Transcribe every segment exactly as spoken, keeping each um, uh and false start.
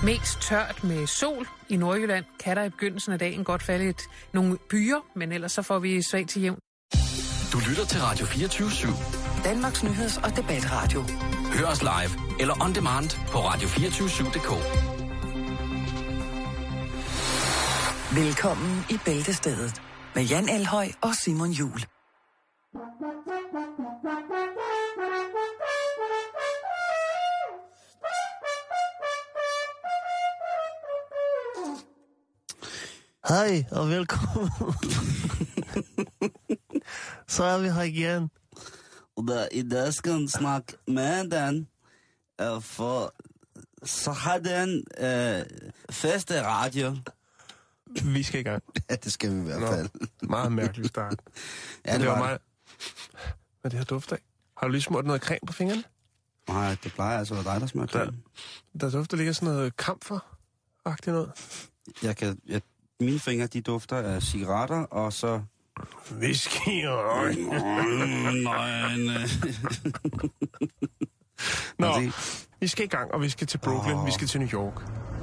Mest tørt med sol. I Nordjylland kan der i begyndelsen af dagen godt falde et, nogle byer, men ellers så får vi svag til jævn. Du lytter til Radio fireogtyve syv. Danmarks nyheds- og debatradio. Hør os live eller on demand på radio to fire syv punktum d k. Velkommen i Bæltestedet med Jan Elhøj og Simon Juhl. Hej og velkommen. Så er vi her igen. Og da, i dag skal vi snakke med den, uh, for så har den uh, feste radio. Vi skal i gang. Ja, det skal vi i hvert Nå, fald. meget mærkelig start. Ja, det, det var var meget... Hvad det her duft af? Har du lige smurt noget creme på fingrene? Nej, det plejer altså at være dig, der smører creme. Der, der dufter ligger sådan noget kamfer-agtigt noget. Jeg kan... Jeg, mine fingre, de dufter af cigaretter, og så... Whisky og øj. Nej, nej. Nå, vi skal i gang, og vi skal til Brooklyn. Oh. Vi skal til New York.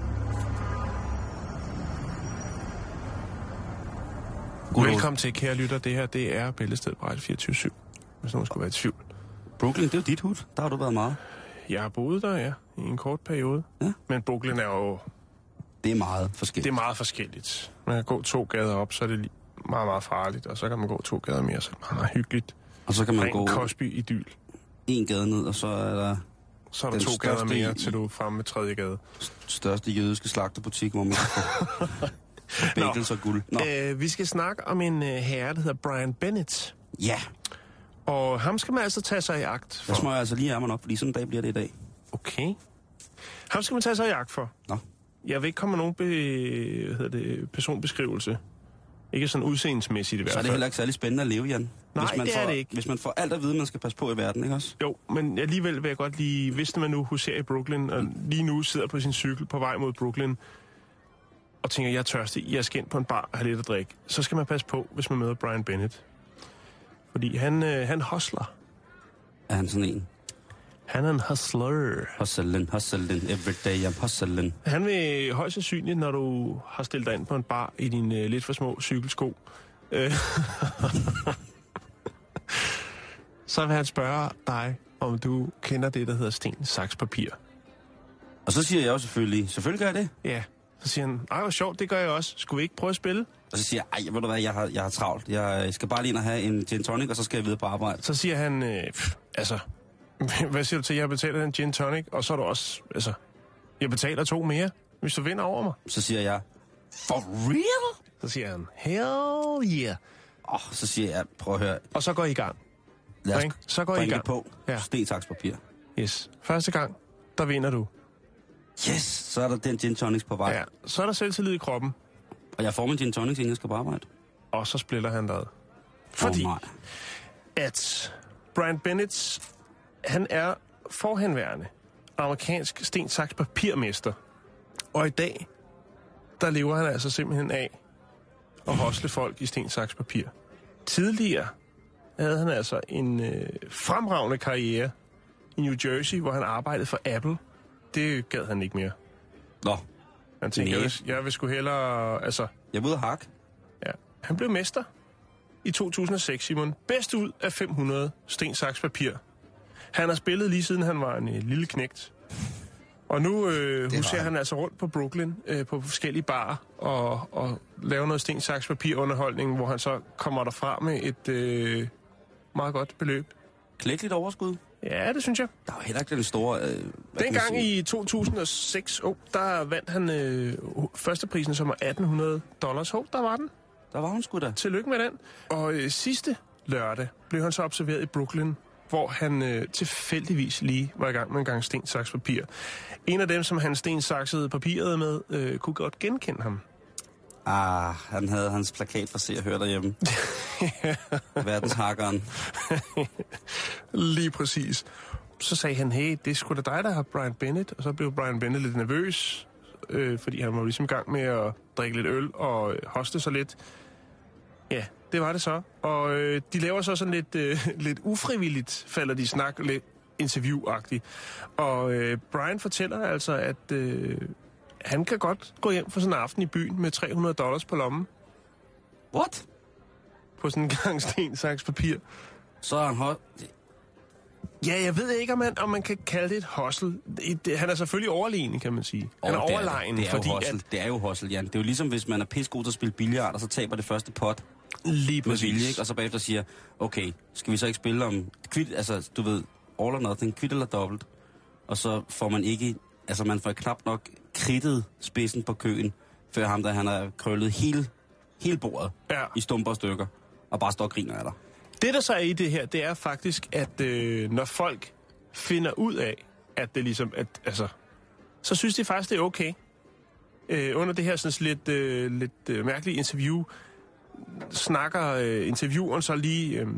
God Velkommen til, kære lytter. Det her, det er Bæltestedet på Radio fireogtyve syv. Hvis nogen skulle være i tvivl. Brooklyn, det er jo dit hud. Der har du været meget. Jeg har boet der, ja. I en kort periode. Ja. Men Brooklyn er jo... Det er meget forskelligt. Det er meget forskelligt. Man kan gå to gader op, så er det meget, meget farligt. Og så kan man gå to gader mere, så er det meget, meget hyggeligt. Og så kan man Ren gå... Cosby-idyl. En gade ned, og så er der... Så er der to gader mere, til du er fremme med tredje gade. Største jødiske slagterbutik, hvor man kan få bagels og guld. Nå. Øh, vi skal snakke om en uh, herre, der hedder Brian Bennett. Ja. Og ham skal man altså tage sig i agt for. Der smøger jeg altså lige ærmerne op, fordi sådan en dag bliver det i dag. Okay. Ham skal man tage sig i agt for. Nå. Jeg vil ikke komme med nogen be, hvad hedder det, personbeskrivelse. Ikke sådan udseendelsmæssigt i hvert fald. Så er det heller ikke særlig spændende at leve, Jan. Nej, hvis man det får, er det ikke. Hvis man får alt at vide, man skal passe på i verden, ikke også? Jo, men alligevel vil jeg godt lige, hvis man nu huserer i Brooklyn, og lige nu sidder på sin cykel på vej mod Brooklyn, og tænker, jeg er tørstig, jeg skal ind på en bar og have lidt at drikke, så skal man passe på, hvis man møder Brian Bennett. Fordi han, øh, han hustler. Er han sådan en? Han er en hustler. Hustlen, hustlen, everyday I'm hustlen. Han vil højst sandsynligt, når du har stillet dig ind på en bar i dine øh, lidt for små cykelsko, øh, så vil han spørge dig, om du kender det, der hedder sten, saks, papir. Og så siger jeg jo selvfølgelig, selvfølgelig gør jeg det. Ja, så siger han, ej, hvor sjovt, det gør jeg også. Skulle vi ikke prøve at spille? Og så siger jeg, ej, ved du hvad, jeg har, jeg har travlt. Jeg skal bare lige ind og have en gin tonic, og så skal jeg videre på arbejde. Så siger han, øh, pff, altså, hvad siger du til, jeg betaler den gin tonic, og så er du også, altså, jeg betaler to mere, hvis du vinder over mig. Så siger jeg, for real? Så siger han, hell yeah. Åh, oh, så siger jeg, prøv at høre. Og så går I i gang. Lad os så går I i gang. på. Ja. Sten, saks, papir. Yes. Første gang, der vinder du. Yes, så er der den gin tonics på vej. Ja, så er der selvtillid i kroppen. Og jeg får min gin tonics, inden jeg skal på arbejde. Og så splitter han dig. Fordi oh, at Brian Bennett, han er forhenværende amerikansk sten, saks, papirmester. Og i dag, der lever han altså simpelthen af at hostle folk i sten, saks, papir. Tidligere havde han altså en øh, fremragende karriere i New Jersey, hvor han arbejdede for Apple. Det gad han ikke mere. Nå. Han tænkte, jeg vil, jeg vil sgu hellere... Altså, jeg vil ud og hakke. Ja. Han blev mester i to tusind og seks, Simon. Bedst ud af fem hundrede sten, saks, papir. Han har spillet lige siden han var en øh, lille knægt. Og nu øh, huserer han altså rundt på Brooklyn øh, på forskellige barer og, og laver noget sten, saks, papir underholdning, hvor han så kommer derfra med et øh, meget godt beløb. Klækkeligt overskud. Ja, det synes jeg. Der var heller ikke den store... Øh, Dengang i to tusind og seks, oh, der vandt han øh, førsteprisen, som var atten hundrede dollars. Oh, der var den. Der var hun sgu da. Tillykke med den. Og øh, sidste lørdag blev han så observeret i Brooklyn, hvor han øh, tilfældigvis lige var i gang med en gang sten, saks, papir. En af dem, som han sten, saksede papiret med, øh, kunne godt genkende ham. Ah, han havde hans plakat for Se og Hør derhjemme. Verdenshakkeren. Lige præcis. Så sagde han, hey, det er sgu da dig, der har Brian Bennett. Og så blev Brian Bennett lidt nervøs, øh, fordi han var ligesom i gang med at drikke lidt øl og hoste sig lidt. Ja, det var det så. Og øh, de laver så sådan lidt, øh, lidt ufrivilligt, falder de snak lidt interviewagtigt. Og øh, Brian fortæller altså, at, øh, han kan godt gå hjem for sådan en aften i byen med tre hundrede dollars på lommen. What? På sådan en gang sten, saks, papir. Så er han hot. Ja, jeg ved ikke, om man, om man kan kalde det et hustle. Det, han er selvfølgelig overlegen, kan man sige. Han er oh, overlegen, det er, det er fordi at... at... Det er jo hustle, Jan. Det er jo ligesom, hvis man er pissegod til at spille billard, og så taber det første pot. Lige med præcis. vilje, ikke? Og så bagefter siger, okay, skal vi så ikke spille om... Quit, altså, du ved, all or nothing, quit eller dobbelt. Og så får man ikke... Altså, man får knap nok kridtet spidsen på køen, før ham, der han har krøllet hele, hele bordet Ja. i stumper og stykker, og bare står og griner af dig. Det, der så er i det her, det er faktisk, at øh, når folk finder ud af, at det ligesom... At, altså, så synes de faktisk, det er okay. Øh, under det her sådan lidt, øh, lidt øh, mærkelige interview, snakker øh, intervieweren så lige øh,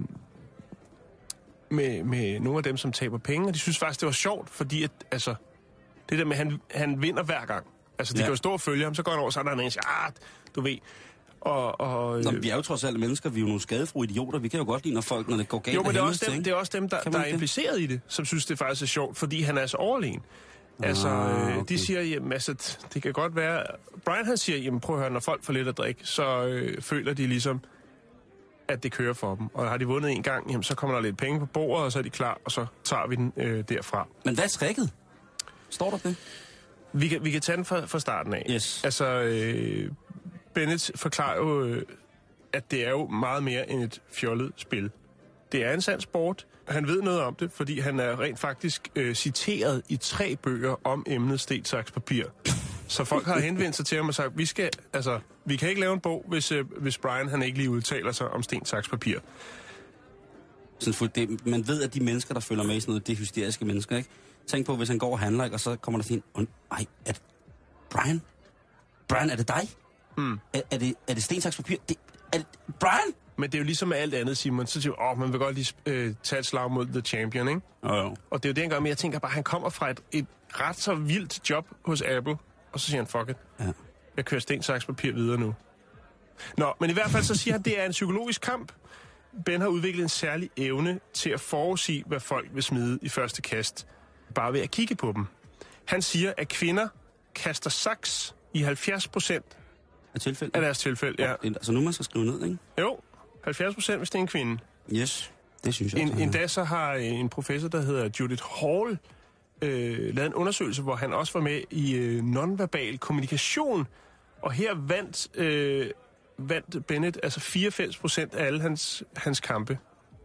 med, med nogle af dem, som taber penge, og de synes faktisk, det var sjovt, fordi at, altså, det der med, han, han vinder hver gang. Altså, de Ja. kan jo stå og følge ham, så går han over, så er der en, der siger, ah, du ved... Og, og, Nå, vi er jo trods alt mennesker, vi er jo nogle skadefru idioter. Vi kan jo godt lide, når folk, når det går galt. jo, men det er, også til, dem, ikke? det er også dem, der, Kan der man er ikke impliceret i det, som synes, det faktisk er sjovt, fordi han er så overlegen. Altså, øh, Ah, okay. de siger, jamen, altså, det kan godt være... Brian, han siger, jamen, prøv at høre, når folk får lidt at drikke, så øh, føler de ligesom, at det kører for dem. Og har de vundet en gang, jamen, så kommer der lidt penge på bordet, og så er de klar, og så tager vi den øh, derfra. Men hvad er tricket? Står der det? Vi kan, vi kan tage den fra, fra starten af. Yes. Altså, øh, Bennett forklarer jo, øh, at det er jo meget mere end et fjollet spil. Det er en sand sport. Han ved noget om det, fordi han er rent faktisk øh, citeret i tre bøger om emnet sten, saks, papir. Så folk har henvendt sig til ham og sagt, vi skal, altså, vi kan ikke lave en bog, hvis, øh, hvis Brian han ikke lige udtaler sig om sten, saks, papir. Sådan, for det, man ved, at de mennesker, der følger med i sådan noget, det er hysteriske mennesker, ikke? Tænk på, hvis han går og handler, ikke? Og så kommer der til en, ej, er det Brian? Brian, er det dig? Mm. Er, er, det, er det sten, saks, papir? Det, er det Brian? Men det er jo ligesom med alt andet, Simon. Så siger åh, oh, man vil godt lige øh, tage et slag mod The Champion, ikke? Jo, jo. Og det er jo det, han gør, men jeg tænker bare, han kommer fra et, et ret så vildt job hos Apple, og så siger han, fuck it. Ja. Jeg kører sten, saks, papir videre nu. Nå, men i hvert fald så siger han, at det er en psykologisk kamp. Ben har udviklet en særlig evne til at forudsige, hvad folk vil smide i første kast, bare ved at kigge på dem. Han siger, at kvinder kaster saks i halvfjerds procent Er tilfælde? af deres tilfælde. Ja. Altså nu man skal skrive ned, ikke? Jo, halvfjerds procent, hvis det er en kvinde. Yes, det synes jeg En, også. en dag så har en professor, der hedder Judith Hall, øh, lavet en undersøgelse, hvor han også var med i øh, nonverbal kommunikation. Og her vandt, øh, vandt Bennett altså fireogfirs procent af alle hans, hans kampe.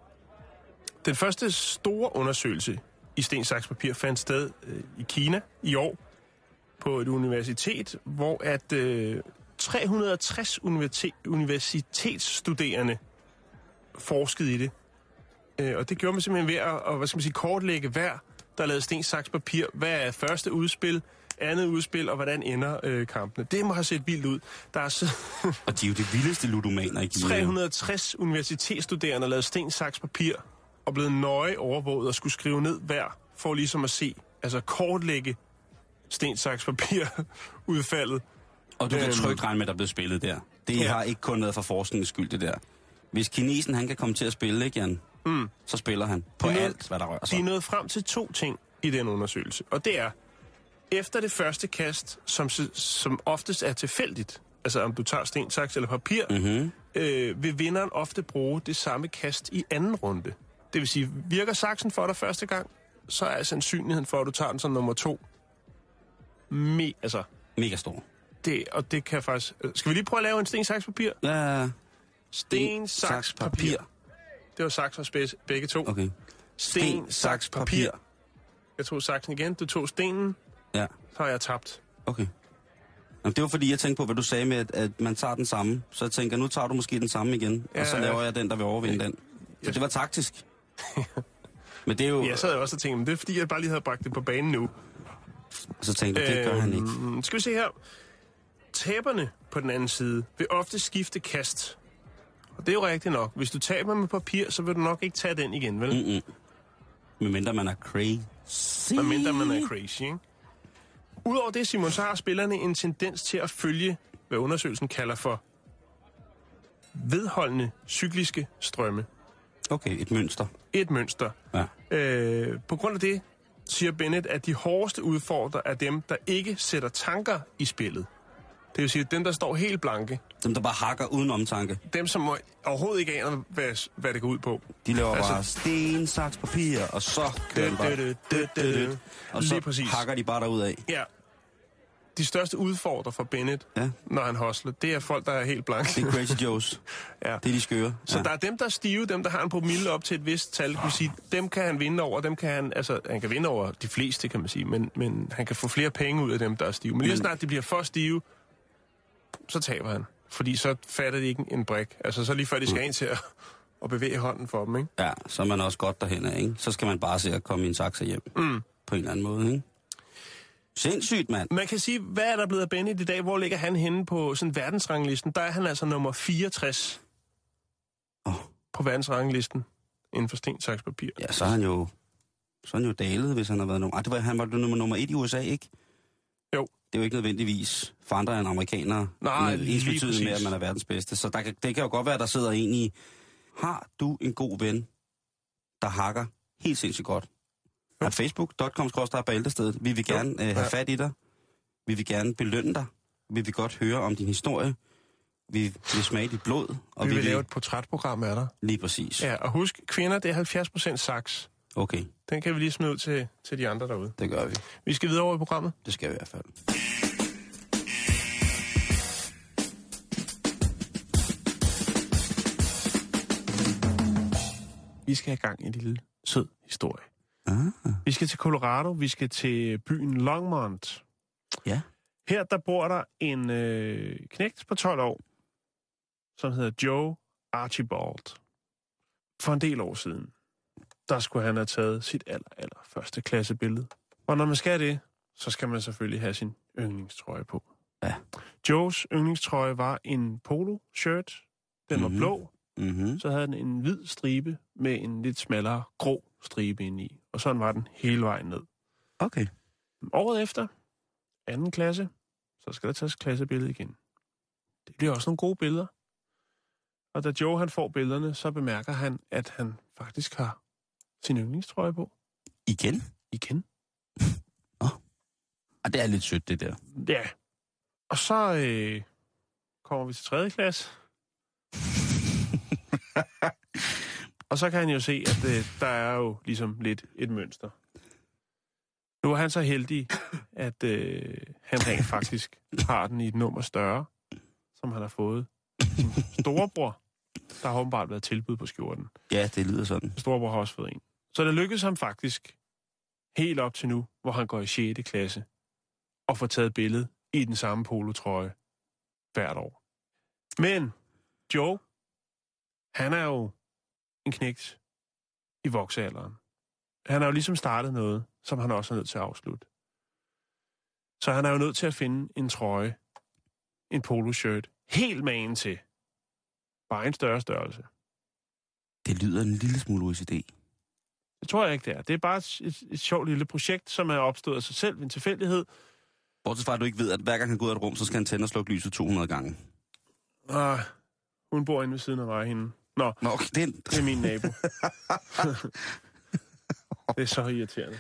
Den første store undersøgelse i sten, saks, papir fandt sted øh, i Kina i år på et universitet, hvor at øh, tre hundrede og tres universitet, universitetsstuderende forskede i det. Øh, og det gjorde man simpelthen ved at, og, hvad skal man sige, kortlægge hver, der lavede sten, saks, papir. Hvad er første udspil, andet udspil, og hvordan ender øh, kampene? Det må have set vildt ud. Der er så Og de er jo de vildeste ludomaner i Kina. tre hundrede og tres universitetsstuderende lavede sten, saks, papir, og blevet nøje overvåget og skulle skrive ned hver, for ligesom at se, altså kortlægge sten, saks, papir udfaldet. Og du kan Øhm. trygt regne med, at der er blevet spillet der. Det Ja. har ikke kun været for forskningens skyld, det der. Hvis kinesen, han kan komme til at spille, ikke, Jan? Mm. Så spiller han på De er alt, hvad der rører sig. De er nået frem til to ting i den undersøgelse, og det er, efter det første kast, som, som oftest er tilfældigt, altså om du tager sten, saks eller papir, Mm-hmm. øh, vil vinderen ofte bruge det samme kast i anden runde. Det vil sige, virker saksen for dig første gang, så er sandsynligheden for, at du tager den som nummer to. Me, altså, Mega stor. det, og det kan faktisk... Skal vi lige prøve at lave en sten, saks, papir? Ja, Sten, saks, papir. Det var saks for spæs- begge to. okay. Sten, saks, papir. Jeg tog saksen igen, du tog stenen, Ja, så har jeg tabt. okay. Jamen, det var fordi, jeg tænkte på, hvad du sagde med, at, at man tager den samme. Så jeg tænker, nu tager du måske den samme igen, Ja, og så ja. laver jeg den, der vil overvinde den. Så det var taktisk. Men det er jo... Jeg sad jo også og tænkte, men det er fordi, jeg bare lige havde bragt det på banen nu. Og så tænkte jeg, det gør han ikke. Øhm, Skal vi se her. Taberne på den anden side vil ofte skifte kast. Og det er jo rigtigt nok. Hvis du taber med papir, så vil du nok ikke tage den igen, vel? Mm. Mm-mm. Medmindre man er crazy. Medmindre man er crazy, ikke? Udover det, Simon, så har spillerne en tendens til at følge, hvad undersøgelsen kalder for vedholdende cykliske strømme. Okay, et mønster. Et mønster. Ja. Øh, på grund af det, siger Bennett, at de hårdeste udfordrer er dem, der ikke sætter tanker i spillet. Det vil sige, dem, der står helt blanke. Dem, der bare hakker uden omtanke. Dem, som overhovedet ikke aner, hvad, hvad det går ud på. De laver altså, bare sten, saks, papir, og så kører de bare. Dø, dø, dø, dø. Og så hakker de bare derud af. Ja. De største udfordrer for Bennett, ja. når han hustler, det er folk, der er helt blanke. Det er Crazy Joes. Ja. Det er de skøre. Så ja. der er dem, der er stive, dem, der har en promille op til et vist tal. Kan sige, dem kan han vinde over, dem kan han, altså han kan vinde over de fleste, kan man sige, men, men han kan få flere penge ud af dem, der er stive. Men lige snart de bliver for stive, så taber han. Fordi så fatter de ikke en brik. Altså så lige før de skal ind til at, at bevæge hånden for dem, ikke? Ja, så er man også godt derhen af, ikke? Så skal man bare se at komme i en taxa hjem. Mm. På en eller anden måde, ikke? Sindssygt, mand. Man kan sige, hvad er der blevet af Bennett i dag? Hvor ligger han henne på sådan verdensranglisten? Der er han altså nummer fireogtres oh. på verdensranglisten inden for sten, saks, papir. Ja, så er han jo, så er han jo dalet, hvis han har været nummer... Ah, det var, han var nummer, nummer et i U S A, ikke? Jo. Det er jo ikke nødvendigvis for andre end amerikanere. Nej, lige præcis. Med, at man er verdens bedste. Så der, det kan jo godt være, at der sidder en i... Har du en god ven, der hakker helt sindssygt godt? At facebook punktum com skråstreg Bæltestedet. Vi vil gerne øh, have fat i dig. Vi vil gerne belønne dig. Vi vil godt høre om din historie. Vi vil smage dit blod. Og vi, vi vil lave et portrætprogram af dig. Lige præcis. Ja, og husk, kvinder, det er halvfjerds procent saks. Okay. Den kan vi lige smide ud til, til de andre derude. Det gør vi. Vi skal videre over i programmet. Det skal vi i hvert fald. Vi skal have gang i en lille sød historie. Ah. Vi skal til Colorado, vi skal til byen Longmont. Ja. Her der bor der en øh, knægt på tolv år, som hedder Joe Archibald. For en del år siden, der skulle han have taget sit aller, aller første klassebillede. Og når man skal det, så skal man selvfølgelig have sin yndlingstrøje på. Ja. Joes yndlingstrøje var en polo-shirt. Den mm-hmm. var blå. Mm-hmm. Så havde den en hvid stribe med en lidt smallere grå stribe indeni. Og sådan var den hele vejen ned. Okay. Året efter, anden klasse, så skal der tages klassebillede igen. Det bliver også nogle gode billeder. Og da Joe han får billederne, så bemærker han, at han faktisk har sin yndlingstrøje på. Igen? Igen. Åh. Oh. Og det er lidt sødt, det der. Ja. Og så øh, kommer vi til tredje klasse. Og så kan han jo se, at øh, der er jo ligesom lidt et mønster. Nu er han så heldig, at øh, han rent faktisk har den i et nummer større, som han har fået sin storebror. Der har åbenbart været tilbud på skjorten. Ja, det lyder sådan. Storebror har også fået en. Så det lykkedes ham faktisk helt op til nu, hvor han går i sjette klasse, og får taget billede i den samme polotrøje hvert år. Men Joe, han er jo en knægt i voksealderen. Han har jo ligesom startet noget, som han også er nødt til at afslutte. Så han er jo nødt til at finde en trøje, en poloshirt, helt magen til. Bare en større størrelse. Det lyder en lille smule O C D. Det tror jeg ikke, det er. Det er bare et, et, et sjovt lille projekt, som er opstået af sig selv ved en tilfældighed. Bortset fra, at du ikke ved, at hver gang han går ud af et rum, så skal han tænde og slukke lyset to hundrede gange. Ah, hun bor inde ved siden af mig, hende. Nå, Nå okay, det, er... det er min nabo. Det er så irriterende.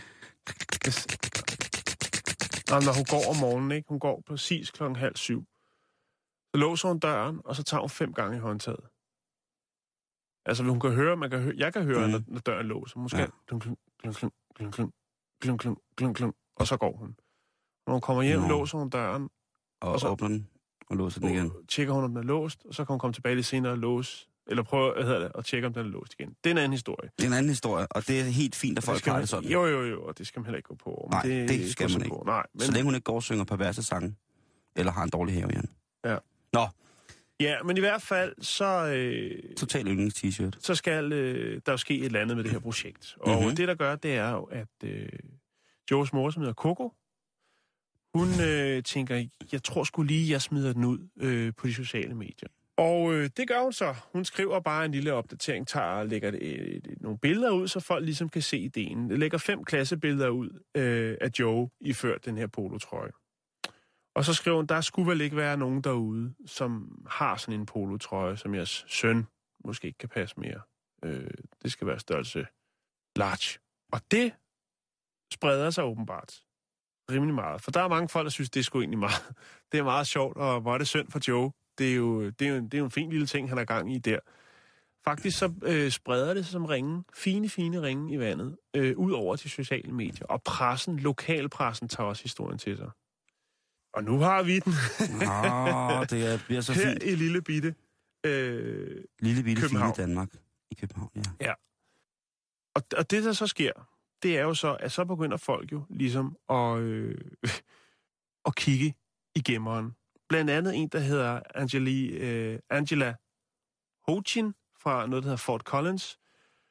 Nå, når hun går om morgenen, ikke? Hun går præcis klokken halv syv. Så låser hun døren, og så tager hun fem gange i håndtaget. Altså, hun kan høre, man kan høre, jeg kan høre, mm. når, når døren låser. Måske ja. klung, klung, klung, klung, klung, klung, klung, klung, klung, og så går hun. Når hun kommer hjem, Nå. låser hun døren. Og, og så åbner den og låser den igen. Tjekker hun, om den er låst, og så kan hun komme tilbage lidt senere og låse. Eller prøve, hvad hedder det, at tjekke, om den er låst igen. Det er en anden historie. Det er en anden historie, og det er helt fint, at folk har det sådan. Jo, jo, jo, og det skal man heller ikke gå på. Men Nej, det, det skal man ikke. På. Nej, men... Så længe hun ikke går og synger perverse sange, eller har en dårlig have, Jan. Ja. Nå. Ja, men i hvert fald, så... Øh, Total yndlings-t-shirt. Så skal øh, der jo ske et eller andet med det her projekt. Og mm-hmm. det, der gør, det er jo, at øh, Joes mor, som hedder Coco, hun øh, tænker, jeg tror sgu lige, jeg smider den ud øh, på de sociale medier. Og øh, det gør hun så. Hun skriver bare en lille opdatering, tager og lægger et, et, et, nogle billeder ud, så folk ligesom kan se ideen. Det lægger fem klassebilleder ud øh, af Joe iført den her polotrøje. Og så skriver hun, der skulle vel ikke være nogen derude, som har sådan en polotrøje, som jeres søn måske ikke kan passe mere. Øh, det skal være størrelse large. Og det spreder sig åbenbart rimelig meget. For der er mange folk, der synes, det er sgu egentlig meget. Det er meget sjovt, og hvor er det synd for Joe. Det er jo, det er jo, en, det er jo en fin lille ting, han er gang i der. Faktisk så øh, spreder det sig som ringe, fine, fine ringe i vandet, øh, ud over de sociale medier. Og pressen, lokalpressen, tager også historien til sig. Og nu har vi den. Åh, det er, bliver så fint. Her i lille bitte øh, Lille bitte København. fine Danmark. I København, ja. Ja. Og, og det, der så sker, det er jo så, at så begynder folk jo ligesom at, øh, at kigge i gemmeren. Blandt andet en, der hedder Angeli, øh, Angela Hochin fra noget, der hedder Fort Collins.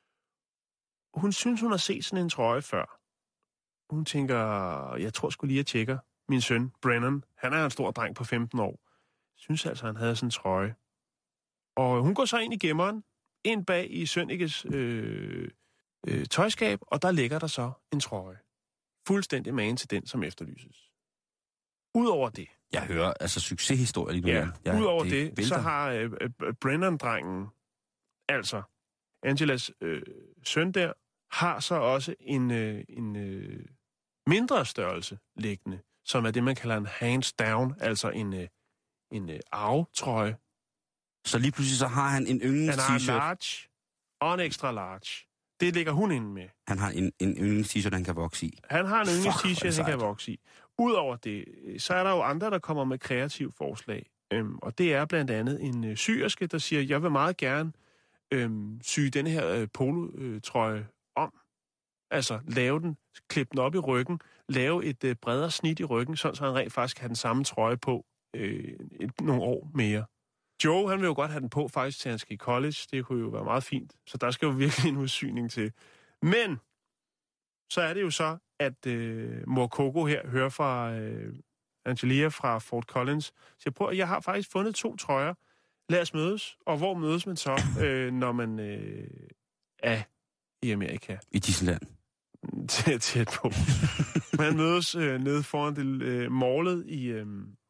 Hun synes, hun har set sådan en trøje før. Hun tænker, jeg tror sgu lige, jeg tjekker. Min søn, Brennan, han er en stor dreng på femten år. Synes altså, han havde sådan en trøje. Og hun går så ind i gemmeren, ind bag i Sønnekes øh, øh, tøjskab, og der ligger der så en trøje. Fuldstændig magen til den, som efterlyses. Udover det. Jeg hører altså succeshistorier lige nu. Ja, ja udover det, det det så har øh, øh, Brennan-drengen, altså Angelas øh, søn der, har så også en, øh, en øh, mindre størrelse liggende, som er det, man kalder en hands down, altså en, øh, en øh, arvetrøje. Så lige pludselig så har han en yndlings Han har en t-shirt. large og en extra large. Det ligger hun inde med. Han har en, en yndlings t-shirt, han kan vokse i. Han har en yndlings Fuck, hvor er t-shirt, det han kan sejt. vokse i. Udover det, så er der jo andre, der kommer med kreative forslag. Øhm, og det er blandt andet en øh, syerske, der siger, jeg vil meget gerne øhm, sy denne her øh, polotrøje om. Altså lave den, klippe den op i ryggen, lave et øh, bredere snit i ryggen, sådan så han rent faktisk kan have den samme trøje på øh, et, nogle år mere. Joe, han vil jo godt have den på faktisk til han skal i college. Det kunne jo være meget fint. Så der skal jo virkelig en udsyning til. Men så er det jo så, at øh, mor Coco her hører fra øh, Angelia fra Fort Collins. Så prøv, jeg har faktisk fundet to trøjer. Lad os mødes. Og hvor mødes man så, øh, når man øh, er i Amerika? I Disneyland. Tæt, tæt på. Man mødes øh, nede foran det øh, målet i, øh,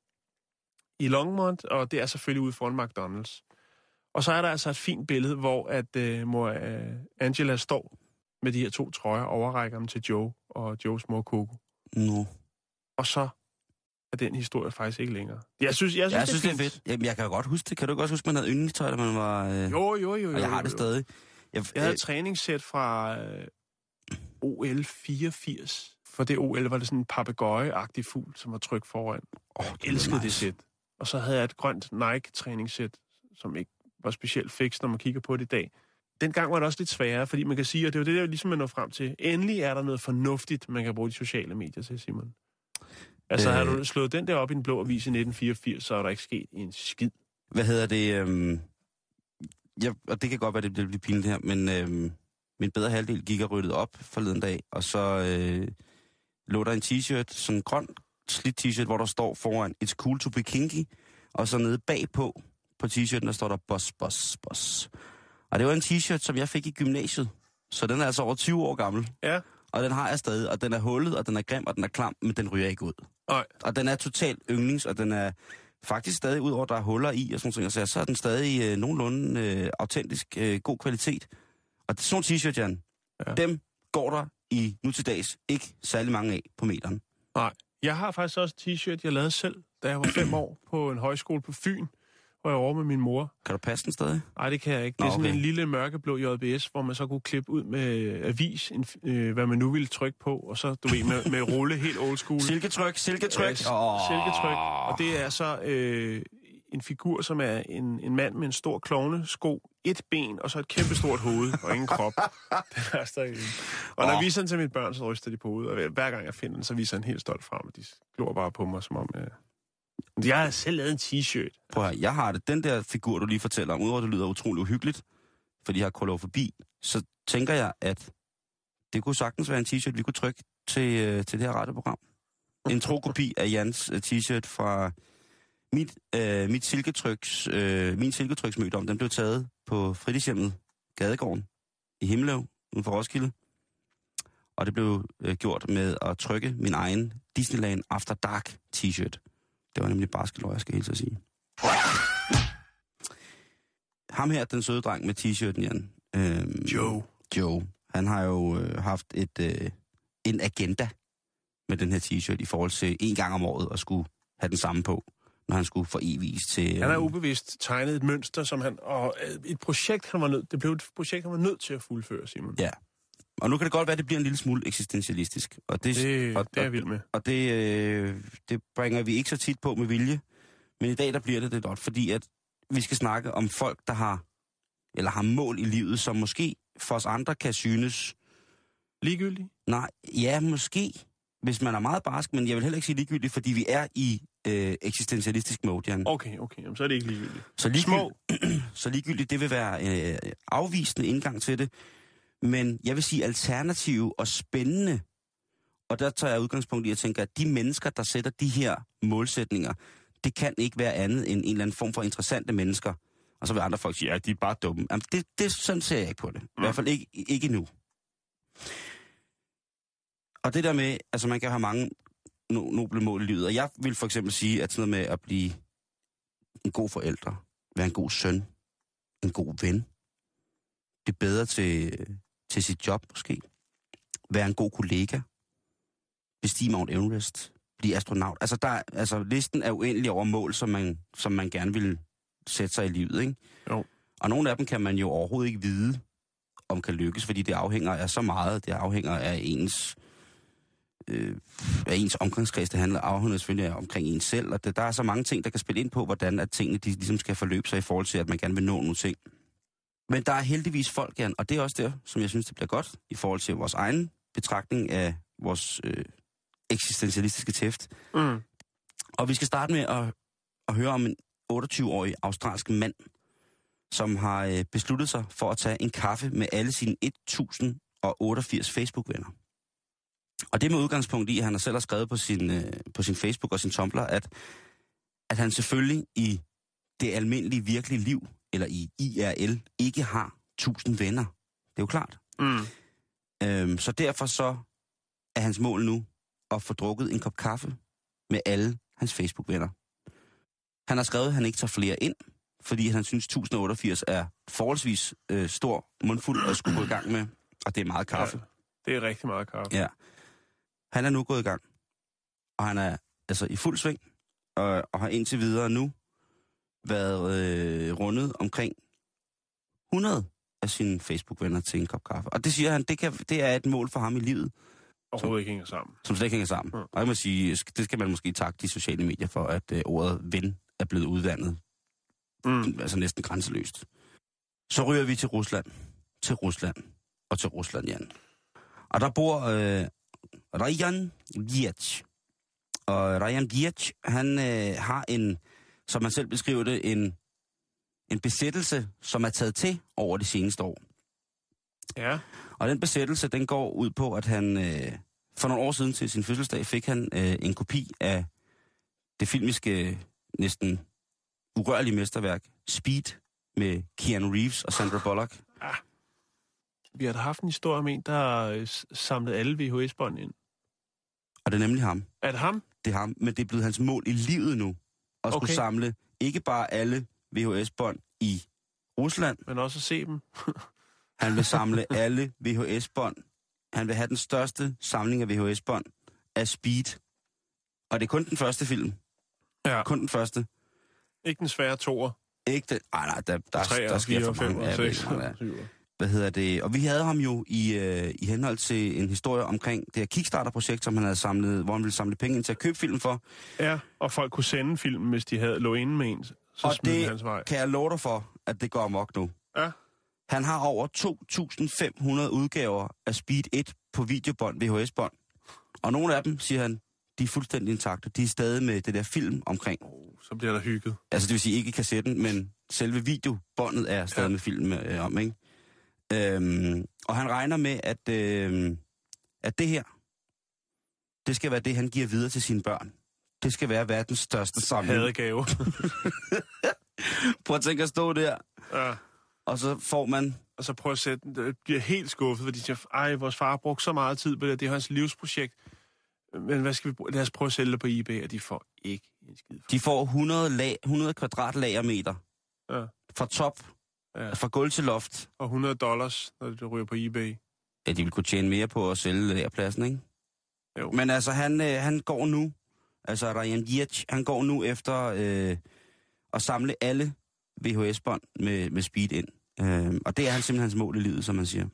i Longmont, og det er selvfølgelig ude foran McDonald's. Og så er der altså et fint billede, hvor at øh, mor øh, Angela står med de her to trøjer, overrækker dem til Joe og Joes mor Coco. No. Og så er den historie faktisk ikke længere. Jeg synes, jeg synes, Jeg synes, det er fint. fedt. Jamen, jeg kan jo godt huske det. Kan du ikke også huske, man havde yndlingstøj, da man var... Øh... Jo, jo, jo, jo. Og jeg har det jo. stadig. Jeg, Jeg havde et træningssæt fra øh, O L fireogfirs. For det O L var det sådan en papegøje-agtig fugl, som var trykt foran. oh, Jeg elskede nice. det sæt. Og så havde jeg et grønt Nike-træningssæt, som ikke var specielt fikst, når man kigger på det i dag. Dengang var det også lidt sværere, fordi man kan sige, og det er jo det, der ligesom man når frem til. Endelig er der noget fornuftigt, man kan bruge de sociale medier til, Simon. Altså, øh... har du slået den der op i en blå avis i nitten fireogfirs, så er der ikke sket en skid. Hvad hedder det? Øhm... Ja, og det kan godt være, det bliver pinligt her, men øhm... min bedre halvdel gik og ryddede op forleden dag, og så øh... lå der en t-shirt, sådan en grøn slidt t-shirt, hvor der står foran, it's cool to be kinky, og så nede bagpå, på t-shirten, der står der boss, boss, boss. Og det var en t-shirt, som jeg fik i gymnasiet, så den er altså over tyve år gammel. Ja. Og den har jeg stadig, og den er hullet, og den er grim, og den er klam, men den ryger ikke ud. Nej. Og den er totalt yndlings, og den er faktisk stadig, ud over at der er huller i, og sådan noget, så er den stadig øh, nogenlunde øh, autentisk øh, god kvalitet. Og det er sådan en t-shirt, Jan, ja. Dem går der i nu til dags ikke særlig mange af på meteren. Nej. Jeg har faktisk også en t-shirt, jeg lavede selv, da jeg var fem år på en højskole på Fyn, hvor jeg var over med min mor. Kan du passe den stadig? Nej, det kan jeg ikke. Det er Nå, sådan okay. en lille mørkeblå J B S, hvor man så kunne klippe ud med avis, en, øh, hvad man nu ville trykke på, og så, du ved, med, med rulle helt old school. Silketryk, silketryk. Øh, oh. Silketryk. Og det er så øh, en figur, som er en, en mand med en stor klovnesko, et ben, og så et kæmpe stort hoved, og ingen krop. Den er stadig. Og når jeg viser den til mine børn, så ryster de på hovedet, og hver gang jeg finder den, så viser han helt stolt frem, og de glor bare på mig, som om... Øh, jeg har selv lavet en t-shirt. Prøv at høre, jeg har det. Den der figur, du lige fortæller om, udover det lyder utrolig uhyggeligt, fordi jeg har kolofobi, så tænker jeg, at det kunne sagtens være en t-shirt, vi kunne trykke til, øh, til det her radioprogram. En trokopi af Jans øh, t-shirt fra mit, øh, mit silketryks, øh, min silketryksmødom. Den blev taget på fritidshjemmet Gadegården i Himmeløv, uden for Roskilde. Og det blev øh, gjort med at trykke min egen Disneyland After Dark t-shirt. Det var nemlig barskeløg, jeg skal helt så sige. Ham her, den søde dreng med t-shirten, Jan. Øhm, Joe. Joe. Han har jo øh, haft et, øh, en agenda med den her t-shirt i forhold til en gang om året at skulle have den samme på, når han skulle for evigt til... Han har ubevidst tegnet et mønster, som han... Og et projekt, han var nødt... Det blev et projekt, han var nødt til at fuldføre, Simon. Ja. Og nu kan det godt være, at det bliver en lille smule eksistentialistisk. Og det, det, og, det er jeg vild med. Og det, øh, det bringer vi ikke så tit på med vilje. Men i dag, der bliver det det godt, fordi at vi skal snakke om folk, der har... Eller har mål i livet, som måske for os andre kan synes... Ligegyldigt? Nej, ja, måske... Hvis man er meget barsk, men jeg vil heller ikke sige ligegyldigt, fordi vi er i øh, eksistentialistisk mode, Jan. Okay, okay, jamen, så er det ikke ligegyldigt. Så ligegyldigt, så ligegyldigt det vil være øh, afvisende indgang til det. Men jeg vil sige alternative og spændende. Og der tager jeg udgangspunkt i at tænke, at de mennesker, der sætter de her målsætninger, det kan ikke være andet end en eller anden form for interessante mennesker. Og så vil andre folk sige, at ja, de er bare dumme. Jamen, det, det, sådan ser jeg ikke på det. I hvert fald ikke, ikke endnu. Og det der med, altså man kan have mange no- noble mål i livet, og jeg vil for eksempel sige, at sådan noget med at blive en god forældre, være en god søn, en god ven, blive bedre til, til sit job måske, være en god kollega, bestige Mount Everest, blive astronaut. Altså, der, altså listen er uendelig over mål, som man, som man gerne vil sætte sig i livet, ikke? Jo. Og nogle af dem kan man jo overhovedet ikke vide, om kan lykkes, fordi det afhænger af så meget, det afhænger af ens... Øh, af ens omgangskreds, det handler afhængigt selvfølgelig omkring en selv, og det, der er så mange ting, der kan spille ind på, hvordan at tingene de ligesom skal forløbe sig i forhold til, at man gerne vil nå nogle ting. Men der er heldigvis folk, Jan, og det er også der, som jeg synes, det bliver godt, i forhold til vores egen betragtning af vores øh, eksistentialistiske tæft. Mm. Og vi skal starte med at, at høre om en otteogtyve-årig australsk mand, som har øh, besluttet sig for at tage en kaffe med alle sine et tusind otteogfirs Facebook-venner. Og det med udgangspunkt i, at han har selv har skrevet på sin, øh, på sin Facebook og sin Tumblr, at, at han selvfølgelig i det almindelige, virkelige liv, eller i I R L, ikke har tusind venner. Det er jo klart. Mm. Øhm, så derfor så er hans mål nu at få drukket en kop kaffe med alle hans Facebook-venner. Han har skrevet, at han ikke tager flere ind, fordi han synes, et tusind otteogfirs er forholdsvis øh, stor mundfuld at skulle gå i gang med, og det er meget kaffe. Ja, det er rigtig meget kaffe. Ja. Han er nu gået i gang, og han er altså i fuld sving, og, og har indtil videre nu været øh, rundet omkring hundrede af sine Facebook-venner til en kop kaffe. Og det siger han, det, kan, det er et mål for ham i livet. Overhovedet ikke hænger sammen. Som slet ikke hænger sammen. Ja. Og jeg må sige, det skal man måske takke de sociale medier for, at øh, ordet ven er blevet udvandet. Mm. Altså næsten grænseløst. Så ryger vi til Rusland. Til Rusland. Og til Rusland, Jan. Og der bor øh, Rajan Giech. Og Rajan Giech, han øh, har en, som man selv beskriver det, en, en besættelse, som er taget til over de seneste år. Ja. Og den besættelse, den går ud på, at han øh, for nogle år siden til sin fødselsdag fik han øh, en kopi af det filmiske, næsten urørlige mesterværk Speed med Keanu Reeves og Sandra Bullock. Ah. Vi har da haft en historie om en, der samlede alle V H S-bånd ind. Og det er nemlig ham. Er det ham? Det er ham, men det er blevet hans mål i livet nu. At skulle okay. samle ikke bare alle V H S-bånd i Rusland. Men også at se dem. Han vil samle alle V H S-bånd. Han vil have den største samling af V H S-bånd af Speed. Og det er kun den første film. Ja. Kun den første. Ikke den svære toer. Ikke det. Ej, nej, der, der, tre, der sker for fem, mange. seks, Ja, hvad hedder det? Og vi havde ham jo i, øh, i henhold til en historie omkring det her Kickstarter-projekt, som han havde samlet, hvor han ville samle penge ind til at købe film for. Ja, og folk kunne sende filmen, hvis de havde lå inde med en, så og smidte det hans vej. Kan jeg love dig for, at det går amok nu. Ja. Han har over to tusind fem hundrede udgaver af Speed et på videobånd, V H S-bånd. Og nogle af dem, siger han, de er fuldstændig intakte. De er stadig med det der film omkring. Oh, så bliver der hygget. Altså det vil sige ikke kassetten, men selve videobåndet er stadig ja. med film øh, om, ikke? Øhm, og han regner med, at, øh, at det her, det skal være det, han giver videre til sine børn. Det skal være verdens største samling. Hadegave. Prøv at tænke at stå der. Ja. Og så får man... Og så prøv at sætte den. Det bliver helt skuffet, fordi de siger, ej, vores far har brugt så meget tid på det. Det er hans livsprojekt. Men hvad skal vi bruge? Lad os prøve at sælge det på eBay, og de får ikke en skid. De får hundrede, lag, hundrede kvadratlagermeter. Ja. Fra top. Ja. Fra gulv til loft. Og hundrede dollars, når det ryger på eBay. Ja, de vil kunne tjene mere på at sælge lagerpladsen, ikke? Jo. Men altså, han, øh, han går nu, altså Rajan Dietz, han går nu efter øh, at samle alle V H S-bånd med, med speed ind. Øh, og det er han simpelthen hans mål i livet, som man siger.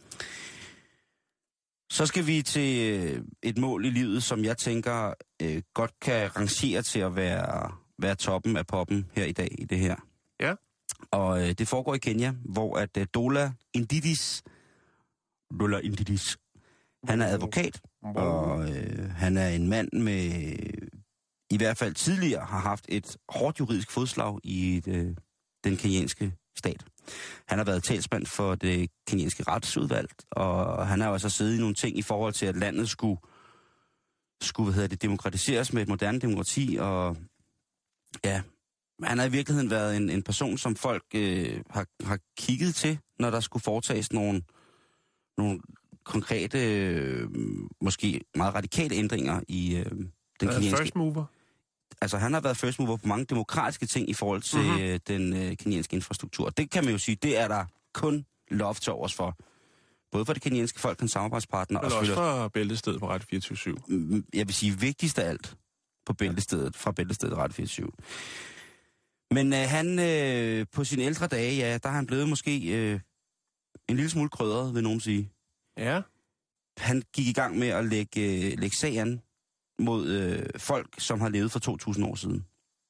Så skal vi til øh, et mål i livet, som jeg tænker øh, godt kan rangere til at være, være toppen af poppen her i dag i det her. Ja. Og øh, det foregår i Kenya, hvor at øh, Dola Indidis, Dola Indidis, han er advokat, og øh, han er en mand med, i hvert fald tidligere, har haft et hårdt juridisk fodslag i øh, den kenyanske stat. Han har været talsmand for det kenyanske retsudvalg, og han har jo altså siddet i nogle ting i forhold til, at landet skulle, skulle hvad hedder det, demokratiseres med et moderne demokrati, og ja, han har i virkeligheden været en, en person, som folk øh, har, har kigget til, når der skulle foretages nogle, nogle konkrete, øh, måske meget radikale ændringer i øh, den kenyanske... First mover? Altså, han har været first mover på mange demokratiske ting i forhold til mm-hmm. øh, den øh, kenyanske infrastruktur. Det kan man jo sige, det er der kun love til overs for. Både for det kenyanske folk, hans samarbejdspartner... Men og også for Bæltestedet på Radio fireogtyve syv. Jeg vil sige, vigtigst af alt på Bæltestedet, fra Bæltestedet Radio fireogtyve syv. Men øh, han, øh, på sine ældre dage, ja, der har han blevet måske øh, en lille smule krydret, vil nogen sige. Ja. Han gik i gang med at lægge, øh, lægge sag an mod øh, folk, som har levet for to tusind år siden.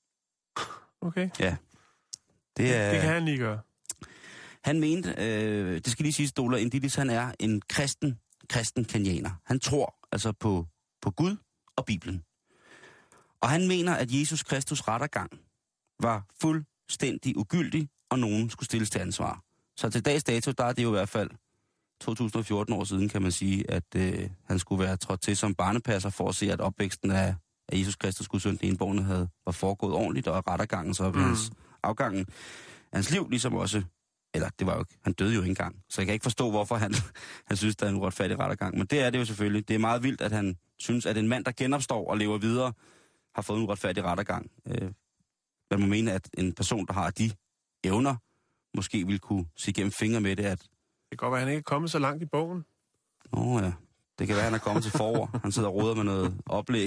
Okay. Ja. Det, er, det kan han lige gøre. Han mente, øh, det skal lige sige, Dola Indidis, han er en kristen, kristen kenyaner. Han tror altså på, på Gud og Bibelen. Og han mener, at Jesus Kristus rettergang var fuldstændig ugyldig, og nogen skulle stilles til ansvar. Så til dags dato, der er det jo i hvert fald to tusind og fjorten år siden, kan man sige, at øh, han skulle være trådt til som barnepasser for at se, at opvæksten af, af Jesus Kristus Guds søn, den enbårne, havde var foregået ordentligt, og rettergangen så ved mm. hans afgangen hans liv ligesom også, eller det var jo ikke, han døde jo ikke engang, så jeg kan ikke forstå, hvorfor han, han synes, der er en uretfærdig rettergang, men det er det jo selvfølgelig. Det er meget vildt, at han synes, at en mand, der genopstår og lever videre, har fået en uretfærdig rettergang. Øh, man må mene, at en person, der har de evner, måske ville kunne se gennem fingre med det, at det kan godt være, at han ikke er kommet så langt i bogen. Åh ja, det kan være, at han er kommet til forår. Han sidder og roder med noget oplæg.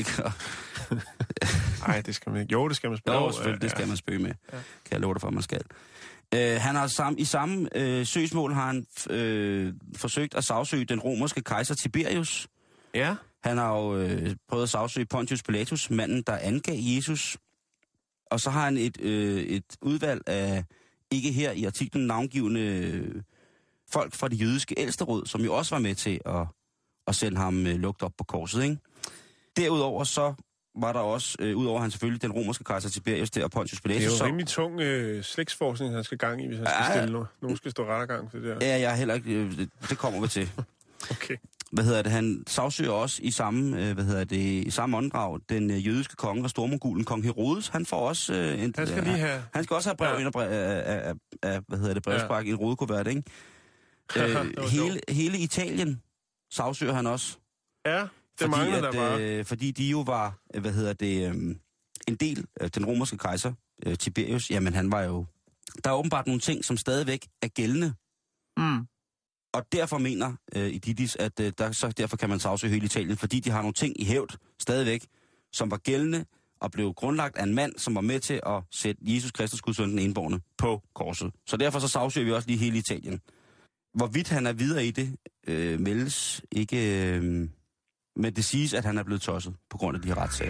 Nej, det skal man ikke. Jo, det skal man spøge med. Jo, selvfølgelig, det skal ja. man spøge med. Ja. Kan jeg love dig for, at man skal. Uh, han har sam, i samme uh, søgsmål har han uh, forsøgt at sagsøge den romerske kejser Tiberius. Ja. Han har jo uh, prøvet at sagsøge Pontius Pilatus, manden, der angav Jesus. Og så har han et, uh, et udvalg af, ikke her i artiklen, navngivende uh, folk fra det jødiske ældsteråd, som jo også var med til at, at sende ham uh, lugt op på korset, ikke? Derudover så var der også, øh, udover han selvfølgelig, den romerske kejser Tiberius der og Pontius Pilatus. Det er jo så... rimelig tung øh, slægtsforskning, han skal gang i, hvis han skal ja, stille noget. Nogen skal stå rettergang for det der. Ja, jeg er heller ikke... Øh, det, det kommer vi til. Okay. Hvad hedder det? Han sagsøger også i samme, øh, hvad hedder det, i samme åndedrag, den øh, jødiske konge og stormongulen, kong Herodes. Han får også... Øh, en, han skal lige have... Han skal også have brev ja. ind af, af, af, af, hvad hedder det, brevspræk ja. i en rodekuvert, ikke? øh, hele, hele Italien sagsøger han også. Ja. Det fordi, mangler at, der bare. Øh, fordi de jo var, hvad hedder det, øh, en del af den romerske kejser, øh, Tiberius, jamen han var jo... Der er åbenbart nogle ting, som stadigvæk er gældende. Mm. Og derfor mener øh, Ididis, at øh, der, så derfor kan man sagsøge hele Italien, fordi de har nogle ting i hævd stadigvæk, som var gældende og blev grundlagt af en mand, som var med til at sætte Jesus Kristus Guds søn den enbårne på korset. Så derfor så sagsøger vi også lige hele Italien. Hvorvidt han er videre i det, øh, meldes ikke... Øh, Men det siges, at han er blevet tosset på grund af de her retssager.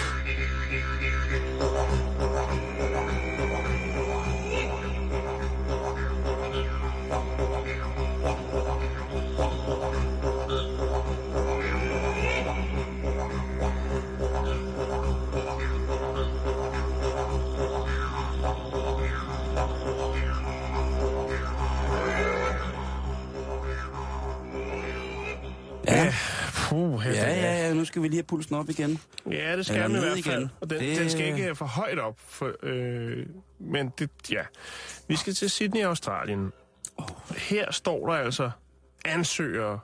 Ja. Puh, ja, ja, ja, nu skal vi lige have pulsen op igen. Ja, det skal den i hvert fald. Igen. Og den, det... den skal ikke for højt op. For, øh, men det, ja. Vi skal til Sydney, Australien. Oh. Her står der altså ansøgere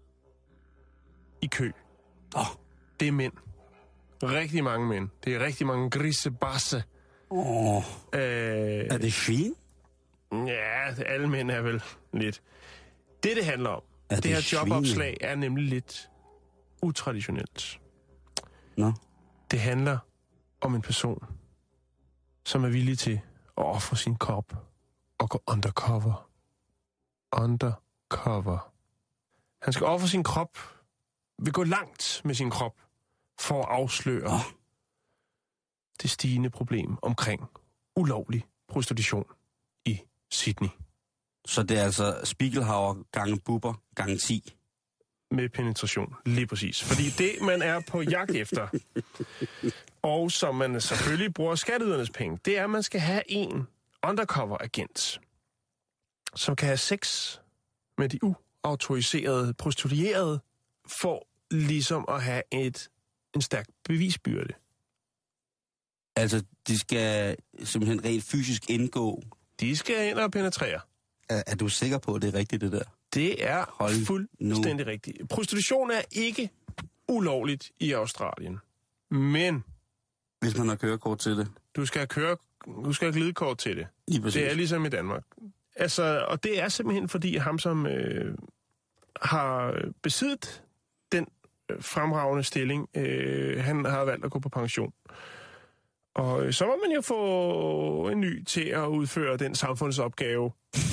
i kø. Oh. Det er mænd. Rigtig mange mænd. Det er rigtig mange grisebasse. Oh. Øh, er det fint? Ja, alle mænd er vel lidt. Det, det handler om, er det, det her svine? jobopslag er nemlig lidt utraditionelt. Nå. Det handler om en person, som er villig til at ofre sin krop og gå undercover. Undercover. Han skal ofre sin krop, vil gå langt med sin krop, for at afsløre oh. det stigende problem omkring ulovlig prostitution i Sydney. Så det er altså Spiegelhauer gange Bubber gange ti? Med penetration, lige præcis. Fordi det, man er på jagt efter, og som man selvfølgelig bruger skatteydernes penge, det er, at man skal have en undercover-agent, som kan have sex med de uautoriserede prostituerede, for ligesom at have et, en stærk bevisbyrde. Altså, de skal simpelthen rent fysisk indgå? De skal ind og penetrere. Er, er du sikker på, at det er rigtigt, det der? Det er Hold fuldstændig nu. rigtigt. Prostitution er ikke ulovligt i Australien. Men... Hvis man har kørekort til det? Du skal have, køre, du skal have glidekort til det. Det er ligesom i Danmark. Altså, og det er simpelthen fordi ham, som øh, har besiddet den øh, fremragende stilling, øh, han har valgt at gå på pension. Og øh, så må man jo få en ny til at udføre den samfundsopgave,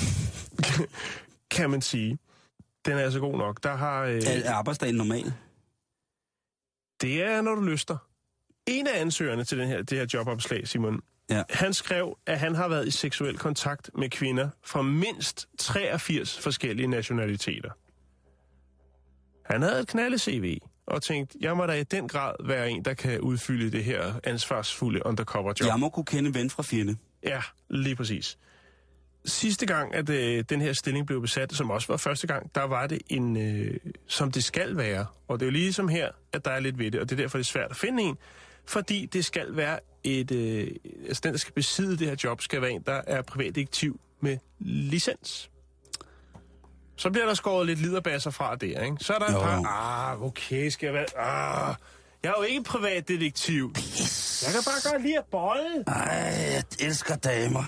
kan man sige. Den er altså god nok. Der har, øh, er arbejdsdagen normal? Det er, når du lyster. En af ansøgerne til den her, det her jobopslag, Simon, ja. Han skrev, at han har været i seksuel kontakt med kvinder fra mindst treogfirs forskellige nationaliteter. Han havde et knalde-C V og tænkte, jeg må da i den grad være en, der kan udfylde det her ansvarsfulde undercover-job. Jeg må kunne kende ven fra fjende. Ja, lige præcis. Sidste gang, at øh, den her stilling blev besat, som også var første gang, der var det en, øh, som det skal være. Og det er jo ligesom her, at der er lidt ved det, og det er derfor, det er svært at finde en. Fordi det skal være et... Øh, altså den, der skal besidde det her job, skal være en, der er privatdetektiv med licens. Så bliver der skåret lidt liderbasser fra det, ikke? Så er der en jo. par... Ah, okay, skal jeg være... Ah, jeg er jo ikke privatdetektiv. Pis. Jeg kan bare godt lide at bolle. Ej, jeg elsker damer.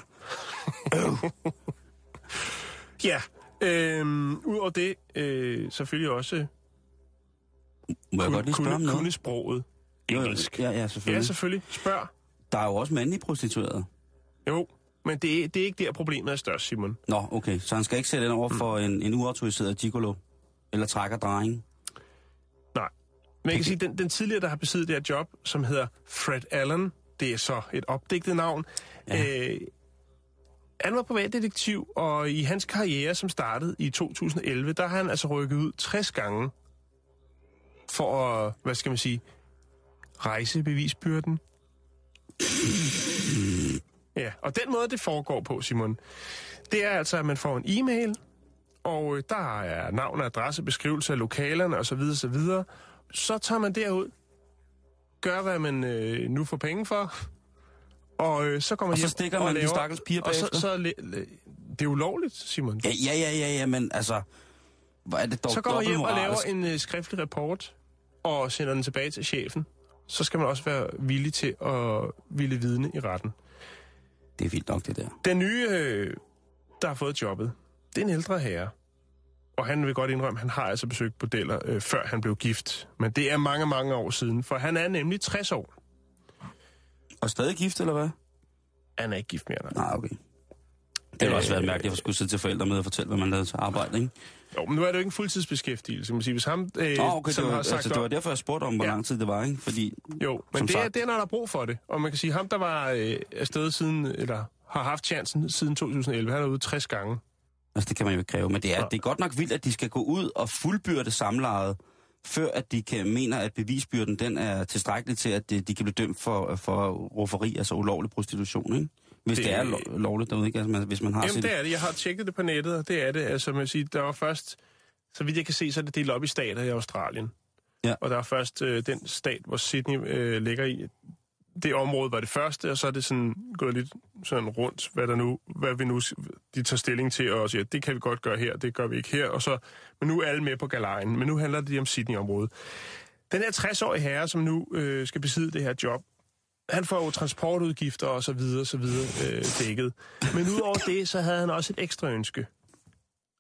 Ja, øhm, udover det, øh, selvfølgelig også... Må jeg kun, godt lige spørge om noget? Kunne sproget. Engelsk. Ja, ja, selvfølgelig. Ja, selvfølgelig. Spørg. Der er jo også mandlige prostituerede. Jo, men det er, det er ikke der, problemet er størst, Simon. Nå, okay. Så han skal ikke sætte ind over for mm. en, en uautoriseret gigolo? Eller trækker drejing? Nej. Men jeg kan sige, den, den tidligere, der har besiddet det her job, som hedder Fred Allen, det er så et opdigtet navn, ja. øh, han var privatdetektiv, og i hans karriere, som startede i to tusind og elleve, der har han altså rykket ud tres gange for at, hvad skal man sige, rejse bevisbyrden. Ja, og den måde, det foregår på, Simon, det er altså, at man får en e-mail, og der er navn og adresse, beskrivelse af lokalerne osv. osv. Så tager man derud, gør, hvad man øh, nu får penge for, og øh, så kommer og hjem så stikker man de stakkels piger bagefter. Og så, så le, le, det er ulovligt, Simon. Ja, ja, ja, ja, ja, men altså, hvor er det dog så går man hjem og laver moralisk. en øh, skriftlig rapport, og sender den tilbage til chefen. Så skal man også være villig til at ville vidne i retten. Det er vildt nok, det der. Den nye, øh, der har fået jobbet, det er en ældre herre. Og han vil godt indrømme, at han har altså besøgt bordeller, øh, før han blev gift. Men det er mange, mange år siden, for han er nemlig tres år. Og stadig gift, eller hvad? Han er ikke gift mere, nej. Nej, okay. Det ville også være mærkeligt, at jeg skulle sidde til forældre med og fortælle, hvad man lavede til arbejde, ikke? Jo, men nu er det jo ikke en fuldtidsbeskæftigelse, kan man sige. Hvis ham, øh, oh, okay, som det var, har sagt altså, det var derfor, jeg spurgte om, hvor ja. lang tid det var, ikke? Fordi, jo, men det er, det er, når der er brug for det. Og man kan sige, ham, der var øh, afsted siden, eller har haft chancen siden to tusind og elleve, han er ude tres gange. Altså, det kan man jo ikke kræve, men det er, ja. det er godt nok vildt, at de skal gå ud og fuldbyrde samlejet, før at de kan mener, at bevisbyrden den er tilstrækkelig til, at de, de kan blive dømt for, for rufferi, altså ulovlig prostitution, ikke? Hvis det, det er lo- lovligt derude, ikke? Altså, hvis man har Jamen, set det er det. Jeg har tjekket det på nettet, og det er det. Altså, man siger, der var først, så vidt jeg kan se, så er det delt op i stater i Australien. Ja. Og der er først øh, den stat, hvor Sydney øh, ligger i. Det område var det første, og så er det sådan gået lidt sådan rundt, hvad der nu, hvad vi nu, de tager stilling til, og siger, det kan vi godt gøre her, det gør vi ikke her, og så, men nu er alle med på galejen, men nu handler det om Sydney-området. Den her tres-årige herre, som nu øh, skal besidde det her job, han får jo transportudgifter og så videre, så videre øh, dækket. Men udover det, så havde han også et ekstra ønske.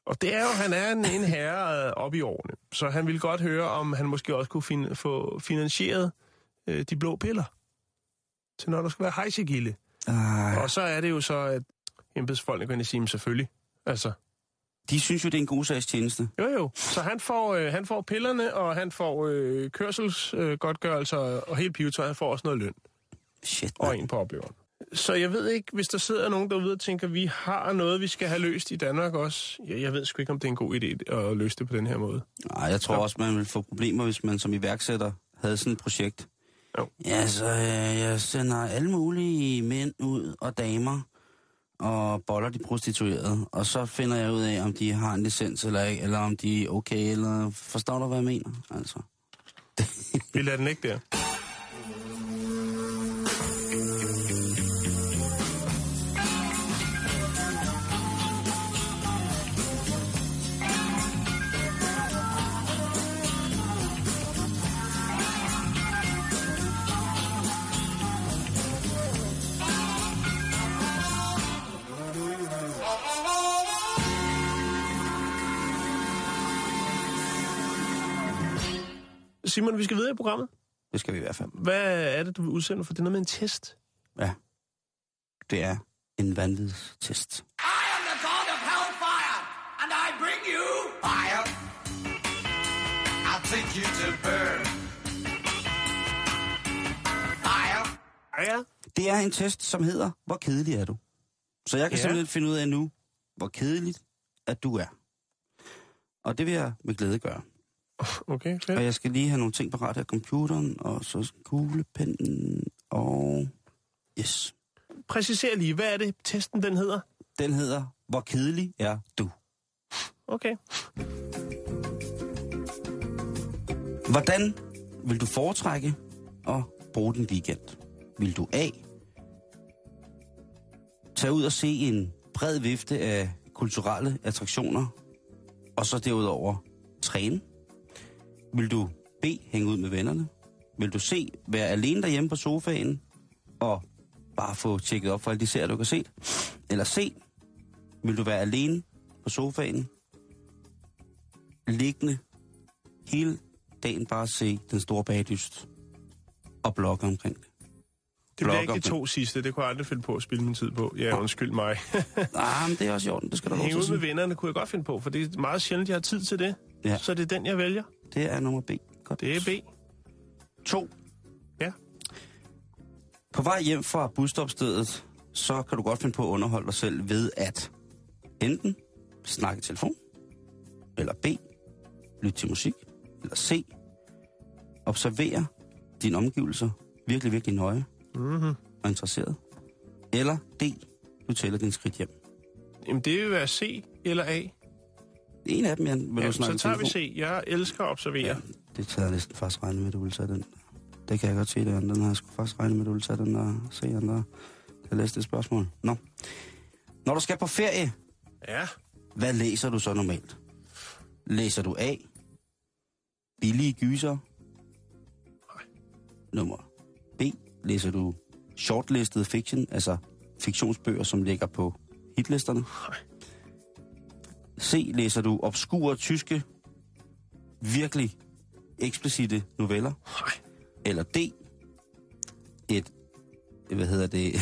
Og det er jo, han er en, en herre øh, op i årene, så han ville godt høre, om han måske også kunne fin- få finansieret øh, de blå piller, til når der skal være hejsegilde. Ej. Og så er det jo så, at embedsfolkene kan sige, selvfølgelig, altså... De synes jo, det er en god sagstjeneste. Jo, jo. Så han får, øh, han får pillerne, og han får øh, kørselsgodtgørelser øh, og helt pivetøj. Han får også noget løn. Shit, og en på opleveren. Så jeg ved ikke, hvis der sidder nogen derude og tænker, vi har noget, vi skal have løst i Danmark også. Jeg, jeg ved sgu ikke, om det er en god idé at løse det på den her måde. Nej, jeg tror ja. også, man vil få problemer, hvis man som iværksætter havde sådan et projekt. Jo. Ja, så øh, jeg sender alle mulige mænd ud og damer og boller de prostituerede. Og så finder jeg ud af, om de har en licens eller ikke, eller om de er okay, eller forstår du, hvad jeg mener? Altså. Vi lader den ikke der. Simon, vi skal videre i programmet. Det skal vi i hvert fald. Hvad er det, du vil udsende for? Det er noget med en test. Ja. Det er en vanvidstest. I am the god of hellfire, and I bring you fire. I'll take you to burn. Fire. Ja. Det er en test, som hedder, hvor kedelig er du? Så jeg kan Ja. simpelthen finde ud af nu, hvor kedeligt at du er. Og det vil jeg med glæde gøre. Okay, Og fedt. jeg skal lige have nogle ting parat her. Computeren, og så kuglepennen, og... Yes. Præciser lige, hvad er det, testen den hedder? Den hedder, hvor kedelig er du? Okay. Hvordan vil du foretrække at bruge den weekend? Vil du A. Tage ud og se en bred vifte af kulturelle attraktioner, og så derudover træne? Vil du B. Hænge ud med vennerne? Vil du C. Være alene derhjemme på sofaen og bare få tjekket op for alle de serier, du kan se? Eller C. Vil du være alene på sofaen, liggende hele dagen bare se den store bagdyst og blogge omkring det? Det bliver Blogger ikke de to med- sidste. Det kunne jeg aldrig finde på at spille min tid på. Ja, undskyld mig. Ah, men det er også i orden. Det skal du lov Hænge til at ud med sige. vennerne kunne jeg godt finde på, for det er meget sjældent, jeg har tid til det. Ja. Så det er den, jeg vælger. Det er nummer B. Godt. Det er B. To. Ja. På vej hjem fra busstopstedet, så kan du godt finde på at underholde dig selv ved at enten snakke i telefon, eller B. Lytte til musik, eller C. Observere dine omgivelser virkelig, virkelig nøje Mm-hmm. og interesseret. Eller D. Du tæller din skridt hjem. Jamen, det vil være C eller A. En af dem, Jan, vil Ja, du så snakke i tager vi telefon? C. Jeg elsker at observere. Ja, det tager jeg næsten faktisk regne med, at du vil tage den. Det kan jeg godt sige, det anden. Den har jeg sgu faktisk regnet med, at du vil tage den og se andre. Jeg læste det spørgsmål. Nå. Når du skal på ferie, Ja. hvad læser du så normalt? Læser du A? Billige gyser? Nej. Nummer B. Læser du shortlisted fiction, altså fiktionsbøger, som ligger på hitlisterne? Nej. C. Læser du obskure tyske, virkelig eksplicite noveller? Nej. Eller D. Et, hvad hedder det,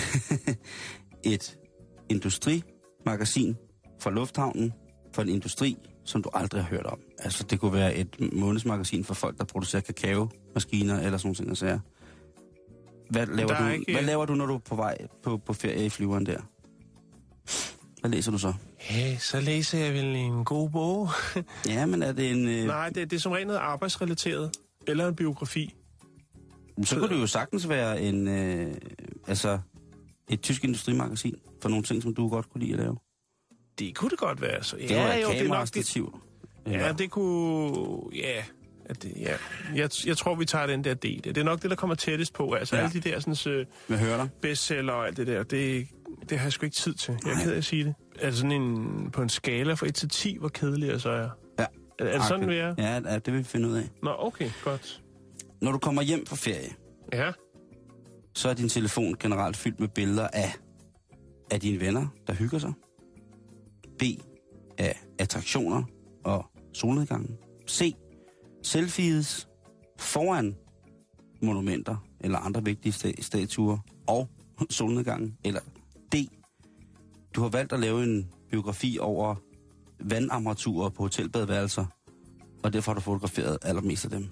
et industrimagasin fra lufthavnen, for en industri, som du aldrig har hørt om. Altså, det kunne være et månedsmagasin for folk, der producerer kakao-maskiner eller sådan nogle ting. Så hvad laver, Der er du, ikke- hvad laver du, når du er på vej på, på ferie i flyveren der? Hvad læser du så? Ja, så læser jeg vel en god bog. Ja, men er det en... Øh, Nej, det, det er som rent noget arbejdsrelateret. Eller en biografi. så kunne det jo sagtens være en... Øh, altså, et tysk industrimagasin for nogle ting, som du godt kunne lide at lave. Det kunne det godt være. Så, ja, Det var et jo, det er nok det. kamerastativ. Ja, det kunne... Ja, at det, ja. Jeg, jeg tror, vi tager den der D. Det er nok det, der kommer tættest på. Altså Ja. alle de der sådan, uh, Hvad hører dig? bestseller og alt det der, det, det har jeg sgu ikke tid til. Jeg er Nej. ked af at sige det. Altså sådan en, på en skala fra et til ti, hvor kedelig jeg så er. Ja. Er, er det sådan, vi er? Ja, ja, det vil vi finde ud af. Nå, okay, godt. Når du kommer hjem fra ferie, Ja, så er din telefon generelt fyldt med billeder af, af dine venner, der hygger sig. B. af attraktioner og solnedgangen. C. Selfies foran monumenter eller andre vigtige sta- statuer og solnedgangen. Eller D. Du har valgt at lave en biografi over vandarmaturer på hotelbadeværelser, og derfor har du fotograferet allermest af dem.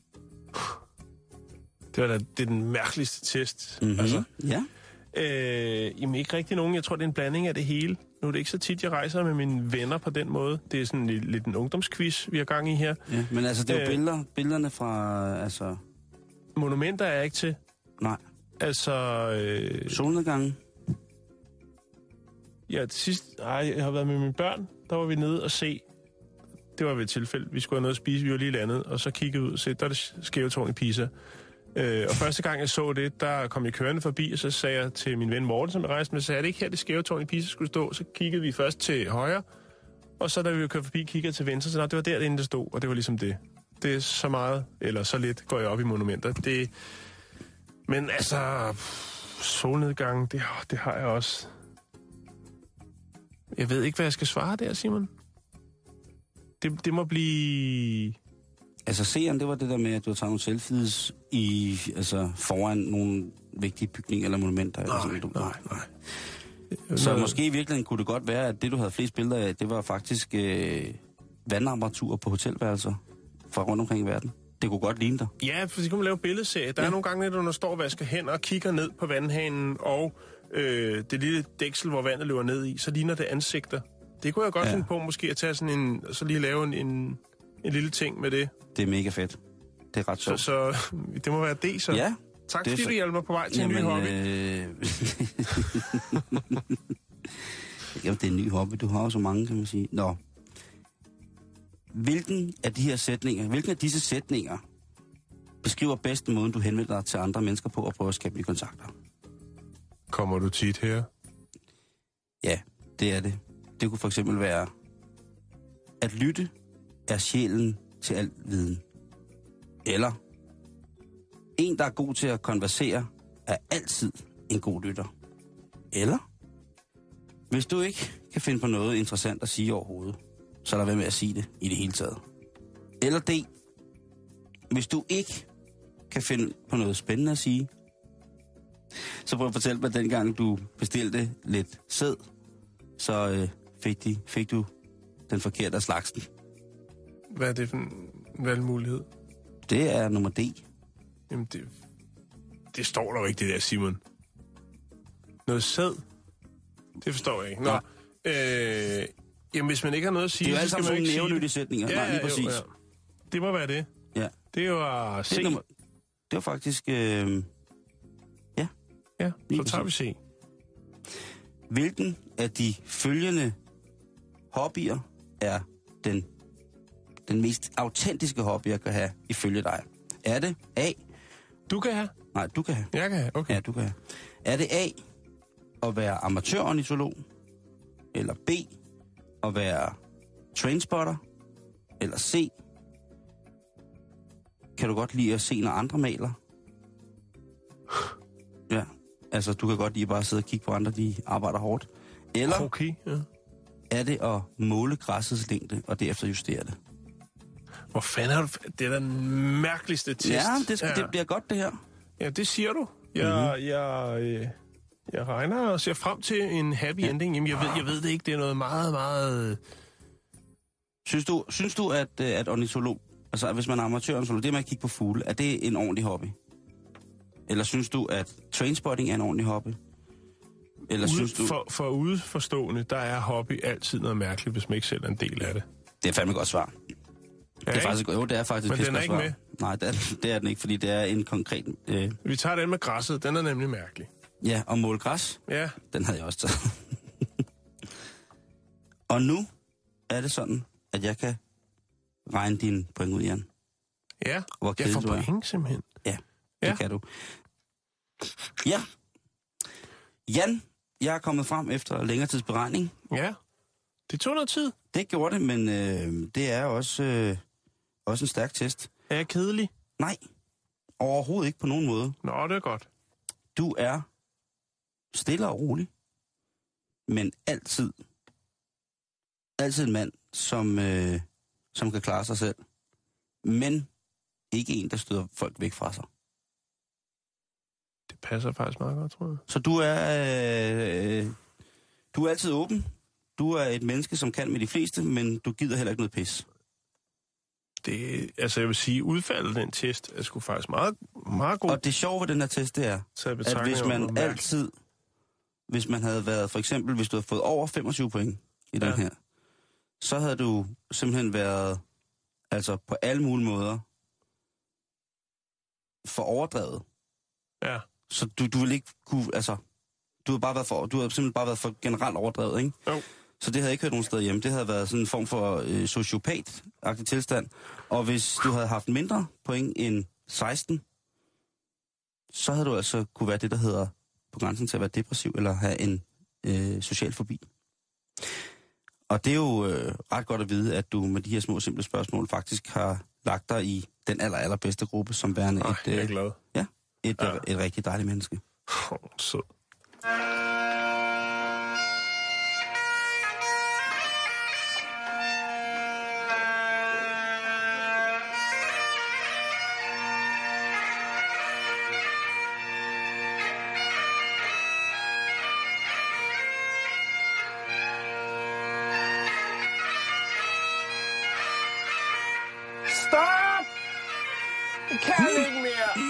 Det var da det er den mærkeligste test. Mm-hmm. Altså, ja. øh, jamen ikke rigtig nogen. Jeg tror, det er en blanding af det hele. Nu er det ikke så tit, jeg rejser med mine venner på den måde. Det er sådan lidt, lidt en ungdomsquiz, vi har gang i her. Ja, men altså, det er jo Øh, billeder, billederne fra, altså... Monumenter er jeg ikke til. Nej. Altså... Øh, Solnedgangen. ja, det sidste... Ej, jeg har været med mine børn. Der var vi nede og se... Det var ved et tilfælde. Vi skulle have noget at spise, vi var lige landet. Og så kiggede ud og se, der er det skæve tårn i Pisa. Øh, og første gang jeg så det, der kom jeg kørende forbi, og så sagde jeg til min ven Morten, som jeg rejste med, så sagde jeg, er det ikke her, det skæve tårn i Pisa skulle stå? Så kiggede vi først til højre, og så da vi kørte forbi, kiggede til venstre, så nå, det var der, det inde, der stod, og det var ligesom det. Det er så meget, eller så lidt, går jeg op i monumenter. Det, men altså, pff, solnedgang, det, det har jeg også. Jeg ved ikke, hvad jeg skal svare der, Simon. Det, det må blive... Altså, C'eren, det var det der med, at du har taget nogle selfies i, altså, foran nogle vigtige bygninger eller monumenter. Nej, eller sådan, du, nej, nej. Så måske i virkeligheden kunne det godt være, at det, du havde flest billeder af, det var faktisk øh, vandarmaturer på hotelværelser fra rundt omkring i verden. Det kunne godt ligne dig. Ja, for så kan man lave billedserie. Der ja. er nogle gange, når du står og vasker hænder og kigger ned på vandhanen, og øh, det lille dæksel, hvor vandet løber ned i, så ligner det ansigter. Det kunne jeg godt ja. finde på, måske at tage sådan en, så lige lave en, en, en lille ting med det. Det er mega fedt. Det er ret sjovt. Så, så det må være det, så. Ja. Tak fordi så... du hjalp mig på vej til Jamen, en ny hobby. Øh... Jamen, det er en ny hobby. Du har jo så mange, kan man sige. Nå. Hvilken af de her sætninger, hvilken af disse sætninger beskriver bedst måden, du henvender dig til andre mennesker på og prøver at skabe nye kontakter? Kommer du tit her? Ja, det er det. Det kunne for eksempel være, at lytte er sjælen til al viden. Eller, en, der er god til at konversere, er altid en god lytter. Eller, hvis du ikke kan finde på noget interessant at sige overhovedet, så lad være med at sige det i det hele taget. Eller D, hvis du ikke kan finde på noget spændende at sige, så prøv at fortælle mig, dengang du bestilte lidt sæd, så øh, fik, de, fik du den forkerte af slagsen. Hvad er det for en valgmulighed? Det er nummer D. Jamen, det, det står der jo ikke, det der, Simon. Noget sæd? Det forstår jeg ikke. Nå, øh, jamen, hvis man ikke har noget at sige, det er jo så alle skal sammen man sådan ikke sige nævnyttige sætninger. Ja, Nej, lige ja, præcis. Jo, ja. Det må være det. Ja. Det var C. Det, nummer, det var faktisk... Øh, ja. Ja, lige så tager præcis. vi C. Hvilken af de følgende hobbyer er den, den mest autentiske hobby, jeg kan have ifølge dig? Er det A? Du kan have. Nej, du kan have. Jeg kan have, okay. Ja, du kan have. Er det A, at være amatørornitolog? Eller B, at være trainspotter? Eller C, kan du godt lide at se, når andre maler? Ja, altså du kan godt lide bare at sidde og kigge på andre, de arbejder hårdt. Eller okay, ja. er det at måle græssets længde, og derefter justere det? Hvor fanden har du... Det er den mærkeligste test. Ja, det, skal, ja. det bliver godt, det her. Ja, det siger du. Jeg, mm-hmm. jeg, jeg, jeg regner og ser frem til en happy ja. ending. Jamen, jeg ved, jeg ved det ikke. Det er noget meget, meget... Synes du, synes du at, at ornitolog, altså hvis man er amatørornitolog, det med at kigge på fugle, er det en ordentlig hobby? Eller synes du, at trainspotting er en ordentlig hobby? Eller Ude, synes du... For, for udeforstående, der er hobby altid noget mærkeligt, hvis man ikke selv er en del af det. Det er fandme godt svar. Ja, det er faktisk, jo, det er faktisk men et den er ikke svar. med? Nej, det er, det er den ikke, fordi det er en konkret... Øh... Vi tager den med græsset, den er nemlig mærkelig. Ja, og måle græs. Ja. Den havde jeg også taget. Og nu er det sådan, at jeg kan regne dine point ud, Jan. Ja, Hvor jeg får du er. point simpelthen. Ja, det ja. kan du. Ja. Jan, jeg er kommet frem efter længere tids beregning. Ja, det tog noget tid. Det gjorde det, men øh, det er også, øh, også en stærk test. Er jeg kedelig? Nej, overhovedet ikke på nogen måde. Nå, det er godt. Du er stille og rolig, men altid altid en mand, som, øh, som kan klare sig selv. Men ikke en, der støder folk væk fra sig. Det passer faktisk meget godt, tror jeg. Så du er, øh, du er altid åben. Du er et menneske, som kan med de fleste, men du gider heller ikke noget pis. Det, altså jeg vil sige, udfaldet af den test er sgu faktisk meget, meget god. Og det sjove ved den her test, det er, at hvis man altid, hvis man havde været, for eksempel, hvis du havde fået over femogtyve point i den ja. her, så havde du simpelthen været, altså på alle mulige måder, for overdrevet. Ja. Så du, du vil ikke kunne, altså, du har bare været for, du har simpelthen bare været for generelt overdrevet, ikke? Jo. Så det havde ikke hørt nogen sted hjemme. Det havde været sådan en form for øh, sociopat-agtig tilstand. Og hvis du havde haft mindre point end seksten, så havde du altså kunne være det, der hedder på grænsen til at være depressiv, eller have en øh, social fobi. Og det er jo øh, ret godt at vide, at du med de her små simple spørgsmål faktisk har lagt dig i den aller, allerbedste gruppe, som værende Ej, et, øh, jeg er glad. Ja, et, ja. et, et rigtig dejligt menneske. Oh, sød. Stop! Jeg kan ikke mere.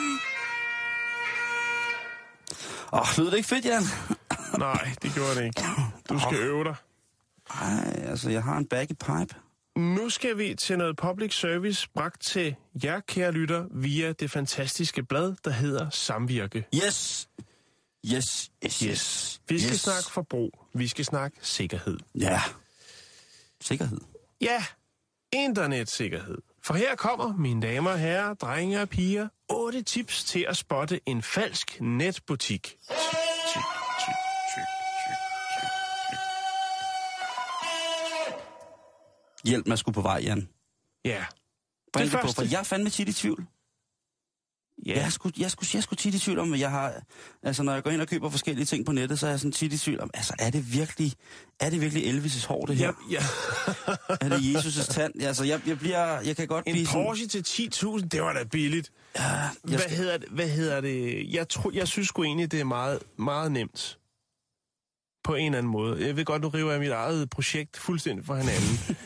Åh, oh, lyder det ikke fedt, Jan? Nej, det gjorde det ikke. Du skal øve dig. Ej, altså, jeg har en baggypipe. Nu skal vi til noget public service bragt til jer, kære lytter, via det fantastiske blad, der hedder Samvirke. Yes! Yes, yes, yes. Vi skal yes. snakke forbrug. Vi skal snakke sikkerhed. Ja. Sikkerhed. Ja, internetsikkerhed. For her kommer, mine damer og herrer, drenge og piger, otte tips til at spotte en falsk netbutik. Hjælp mig sgu på vej, Jan. Ja. Bring det, det på, for jeg er fandme tit i tvivl. Ja. Jeg er sgu, jeg er sgu, jeg er sgu tit i tvivl om, at jeg har... Altså, når jeg går ind og køber forskellige ting på nettet, så er jeg sådan tit i tvivl om, altså, er det virkelig... Er det virkelig Elvis' hår, det her? Ja, ja. Er det Jesus' tand? Altså, jeg, jeg bliver... Jeg kan godt en blive sådan... Porsche til ti tusind, det var da billigt. Ja, hvad, skal... hedder det, hvad hedder det? Jeg, tror, jeg synes sgu egentlig, det er meget, meget nemt. På en eller anden måde. Jeg ved godt, nu river jeg mit eget projekt fuldstændig fra hinanden.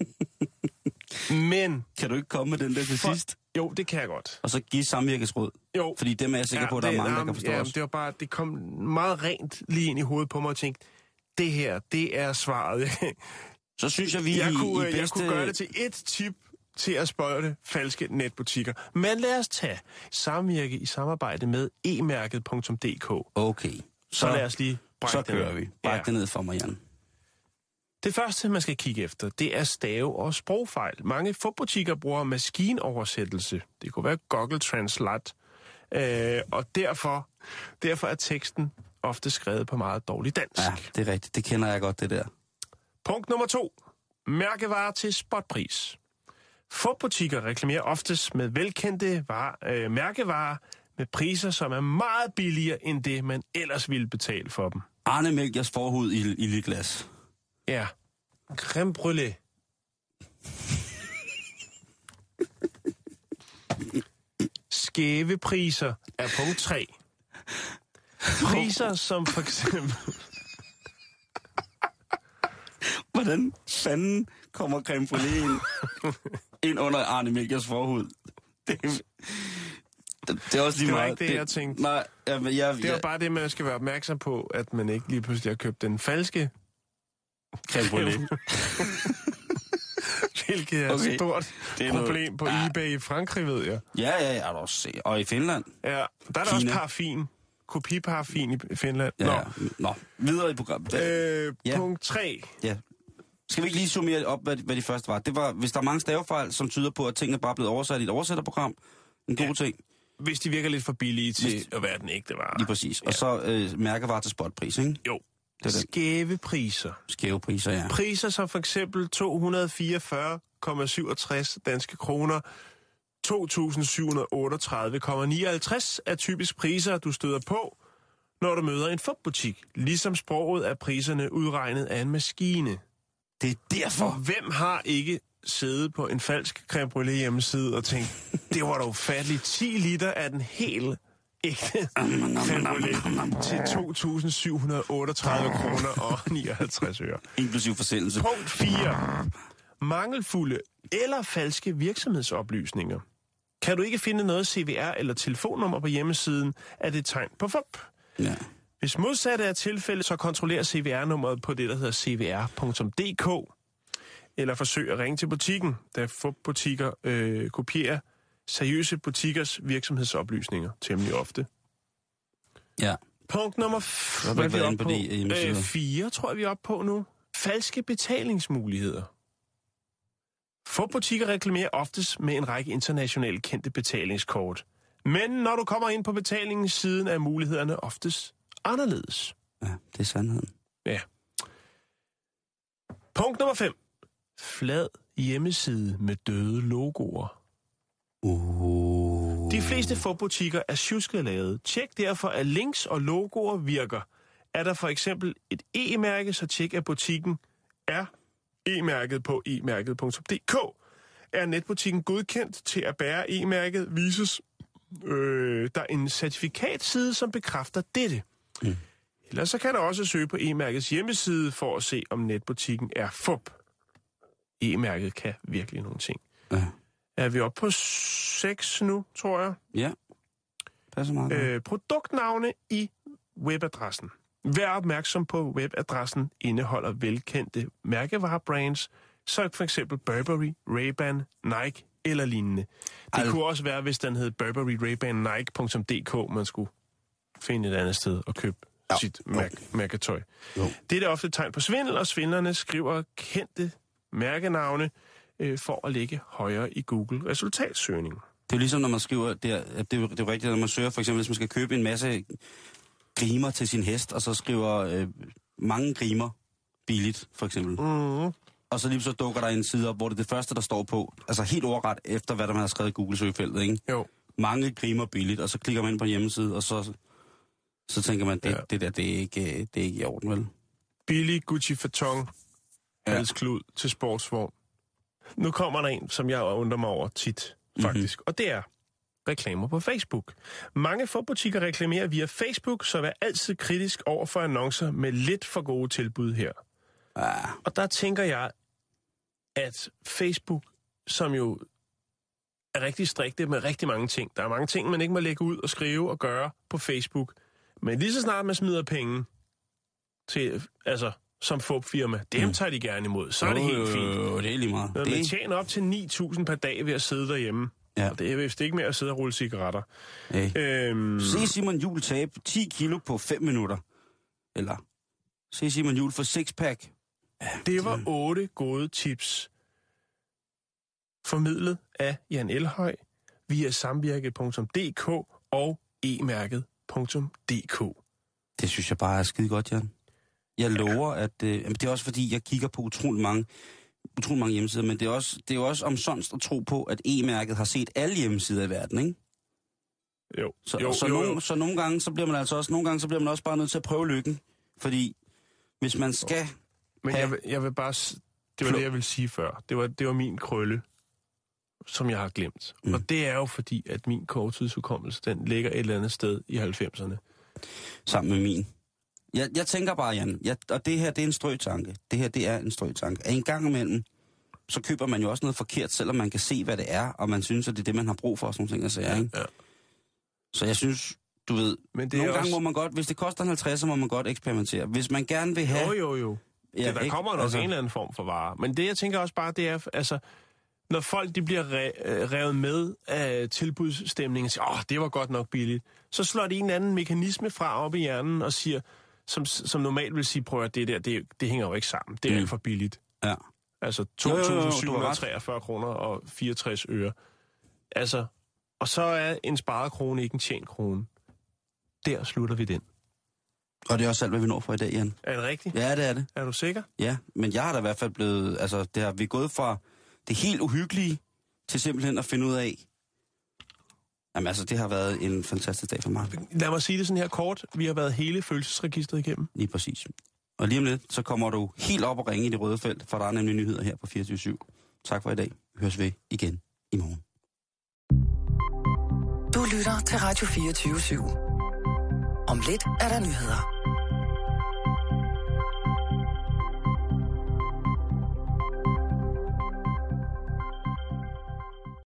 Men... Kan du ikke komme med den der til for... sidst? Jo, det kan jeg godt. Og så give samvirkesråd. Jo. Fordi dem er jeg sikker ja, på, at der det, er mange, nej, der kan forstå ja, os. det var bare, det kom meget rent lige ind i hovedet på mig og tænkte, det her, det er svaret. Så synes jeg, vi jeg i, kunne, i bedste... Jeg kunne gøre det til et tip til at spotte falske netbutikker. Men lad os tage Samvirke i samarbejde med e mærket punktum d k. Okay. Så, så lad os lige brække Så kører det. vi. Bræk Ja. det ned for mig, Jan. Det første, man skal kigge efter, det er stave- og sprogfejl. Mange fubbutikker bruger maskinoversættelse. Det kunne være Google Translate. Øh, og derfor, derfor er teksten ofte skrevet på meget dårlig dansk. Ja, det er rigtigt. Det kender jeg godt, det der. Punkt nummer to. Mærkevarer til spotpris. Fubbutikker reklamerer oftest med velkendte varer, øh, mærkevarer med priser, som er meget billigere end det, man ellers ville betale for dem. Arne Melchiors forhud i, i lille glas. Ja. Creme brûlée. Skæve priser er punkt tre. Priser som for eksempel... Hvordan fanden kommer creme brûlée ind, ind under Arne Melchiors forhud? Det, det, det er også lige det var meget. ikke det, det jeg tænkte. Nej, jeg, jeg, det var jeg, bare det, man skal være opmærksom på, at man ikke lige pludselig har købt den falske creme brûlée. Hvilket er Okay. et stort Det er problem noget- på Ja. eBay i Frankrig, ved jeg. Ja, ja, ja, du også se. Og i Finland. Ja, der er der også Kina. paraffin. Kopiparaffin i Finland. Ja, Nå. ja. Nå, videre i programmet. Øh, Ja. Punkt tre. Ja. Skal vi ikke lige summere op, hvad de, hvad de første var? Det var, hvis der er mange stavefejl, som tyder på, at tingene bare er blevet oversat i et oversætterprogram. En god Ja. ting. Hvis de virker lidt for billige til Hvis- at være den ægte vare. Lige præcis. Ja. Og så øh, mærkevarer til spotpris, ikke? Jo. Det er den. Skæve priser. Skæve priser, ja. Priser som for eksempel to hundrede og fireogfyrre komma syvogtres danske kroner, to tusind syv hundrede og otteogtredive komma nioghalvtreds er typisk priser, du støder på, når du møder en fupbutik. Ligesom sproget er priserne udregnet af en maskine. Det er derfor. Hvem har ikke siddet på en falsk creme brûlée hjemmeside og tænkt, det var da ufatteligt ti liter af den helt ægte creme brûlée til to tusind syv hundrede otteogtredive kroner og nioghalvtreds øre. Inklusiv forsendelse. Punkt fire. Mangelfulde eller falske virksomhedsoplysninger. Kan du ikke finde noget C V R eller telefonnummer på hjemmesiden, er det et tegn på fup. Ja. Hvis modsatte er tilfældet, så kontroller C V R-nummeret på det, der hedder c v r punktum d k. Eller forsøg at ringe til butikken, da fup-butikker øh, kopierer seriøse butikkers virksomhedsoplysninger temmelig ofte. Ja. Punkt nummer f- Hvad hvad er er vi vi oppe på på? de Øh, fire, tror jeg, vi er oppe på nu. Falske betalingsmuligheder. Fup-butikker reklamerer oftest med en række internationale kendte betalingskort. Men når du kommer ind på betalingssiden, er mulighederne oftest anderledes. Ja, det er sandheden. Ja. Punkt nummer fem. Flad hjemmeside med døde logoer. Uh. De fleste fup-butikker er sjusket lavet. Tjek derfor, at links og logoer virker. Er der for eksempel et e-mærke, så tjek, at butikken er e-mærket på e mærket punktum d k. Er netbutikken godkendt til at bære e-mærket, vises øh, der en certifikatside, som bekræfter dette. Mm. Ellers så kan du også søge på e-mærkets hjemmeside for at se, om netbutikken er fup. E-mærket kan virkelig nogle ting. Ja. Er vi oppe på seks nu, tror jeg? Ja. Passer meget. Øh, produktnavne i webadressen. Vær opmærksom på, at webadressen indeholder velkendte mærkevarebrands, så for eksempel Burberry, Ray-Ban, Nike eller lignende. Det Al- kunne også være, hvis den hed Burberry, Ray-Ban, Nike punktum d k, man skulle finde et andet sted og købe ja. sit mærk- mærketøj. Jo. Det er det ofte et tegn på svindel, og svindlerne skriver kendte mærkenavne øh, for at ligge højere i Google-resultatsøgningen. Det er jo ligesom, når man skriver, det er, det er jo det er jo rigtigt, når man søger, for eksempel, hvis man skal købe en masse grimer til sin hest, og så skriver øh, mange grimer billigt, for eksempel. Mm. Og så lige så dukker der en side op, hvor det er det første, der står på, altså helt ordret efter, hvad der man har skrevet i Google-søgefeltet, ikke? Jo. Mange grimer billigt, og så klikker man ind på en hjemmeside, og så, så tænker man, det, Ja. det der, det er, ikke, det er ikke i orden, vel? Billig Gucci-faton, Ja. halsklud til sportsvogn. Nu kommer der en, som jeg undrer mig over tit, faktisk. Mm-hmm. Og det er reklamer på Facebook. Mange fup-butikker reklamerer via Facebook, så vær altid kritisk over for annoncer med lidt for gode tilbud her. Ja. Og der tænker jeg, at Facebook, som jo er rigtig strikte med rigtig mange ting. Der er mange ting, man ikke må lægge ud og skrive og gøre på Facebook. Men lige så snart man smider penge til, altså som fup-firma, dem mm. tager de gerne imod. Så er det helt fint. Øh, det er lige meget. Men Det man tjener op til ni tusind per dag ved at sidde derhjemme. Ja. Og det er vist ikke med at sidde og rulle cigaretter. Hey. Øhm, Se Simon Juhl tabe ti kilo på fem minutter. Eller se Simon Juhl for sixpack. det var otte gode tips. Formidlet af Jan Elhøj via samvirke punktum d k og e-mærket punktum d k. Det synes jeg bare er skide godt, Jan. Jeg lover, at øh, det er også fordi, jeg kigger på utrolig mange, utrolig mange hjemmesider, men det er også, det er også omsonst at tro på, at e-mærket har set alle hjemmesider i verden, ikke? Jo, Så, jo, så, jo, nogle, jo. så nogle gange, så bliver man altså også, nogle gange, så bliver man også bare nødt til at prøve lykken. Fordi hvis man skal... Men have- jeg vil, jeg vil bare... s- Det var Flå. det, jeg ville sige før. Det var, det var min krølle, som jeg har glemt. Mm. Mm. Og det er jo fordi, at min korttidshukommelse, den ligger et eller andet sted i halvfemserne. Sammen med min. Jeg, jeg tænker bare, Jan, jeg, og det her, det er en strøtanke. Det her, det er en strøtanke. At en gang imellem, så køber man jo også noget forkert, selvom man kan se, hvad det er, og man synes, at det er det, man har brug for, og sådan nogle ting, jeg siger, ikke? Ja. Så jeg synes, du ved, Men det nogle er gange også... må man godt, hvis det koster en halvtreds, så må man godt eksperimentere. Hvis man gerne vil have... Jo, jo, jo. Ja, det, der ikke? kommer nok Altså- en eller anden form for vare. Men det, jeg tænker også bare, det er, altså, når folk de bliver re- øh, revet med af tilbudsstemningen og siger, åh, det var godt nok billigt, så slår de en eller anden mekanisme fra op i hjernen og siger, som, som normalt vil sige, prøv at det der, det, det hænger jo ikke sammen. Det er Mm. alt for billigt. Ja. Altså Jo, jo, to jo, tusind du syv har hundrede og ret. treogfyrre kroner og fireogtres øre. Altså, og så er en sparet krone ikke en tjent krone. Der slutter vi den. Og det er også alt, hvad vi når for i dag, Jan. Er det rigtigt? Ja, det er det. Er du sikker? Ja, men jeg har da i hvert fald blevet... Altså, det har vi er gået fra det helt uhyggelige til simpelthen at finde ud af... Jamen altså, det har været en fantastisk dag for mig. Lad mig sige det sådan her kort. Vi har været hele følelsesregistret igennem. Lige præcis. Og lige om lidt, så kommer du helt op og ringe i det røde felt, for der er nemlig nyheder her på fireogtyve syv. Tak for i dag. Vi høres ved igen i morgen. Du lytter til Radio fireogtyve syv. Om lidt er der nyheder.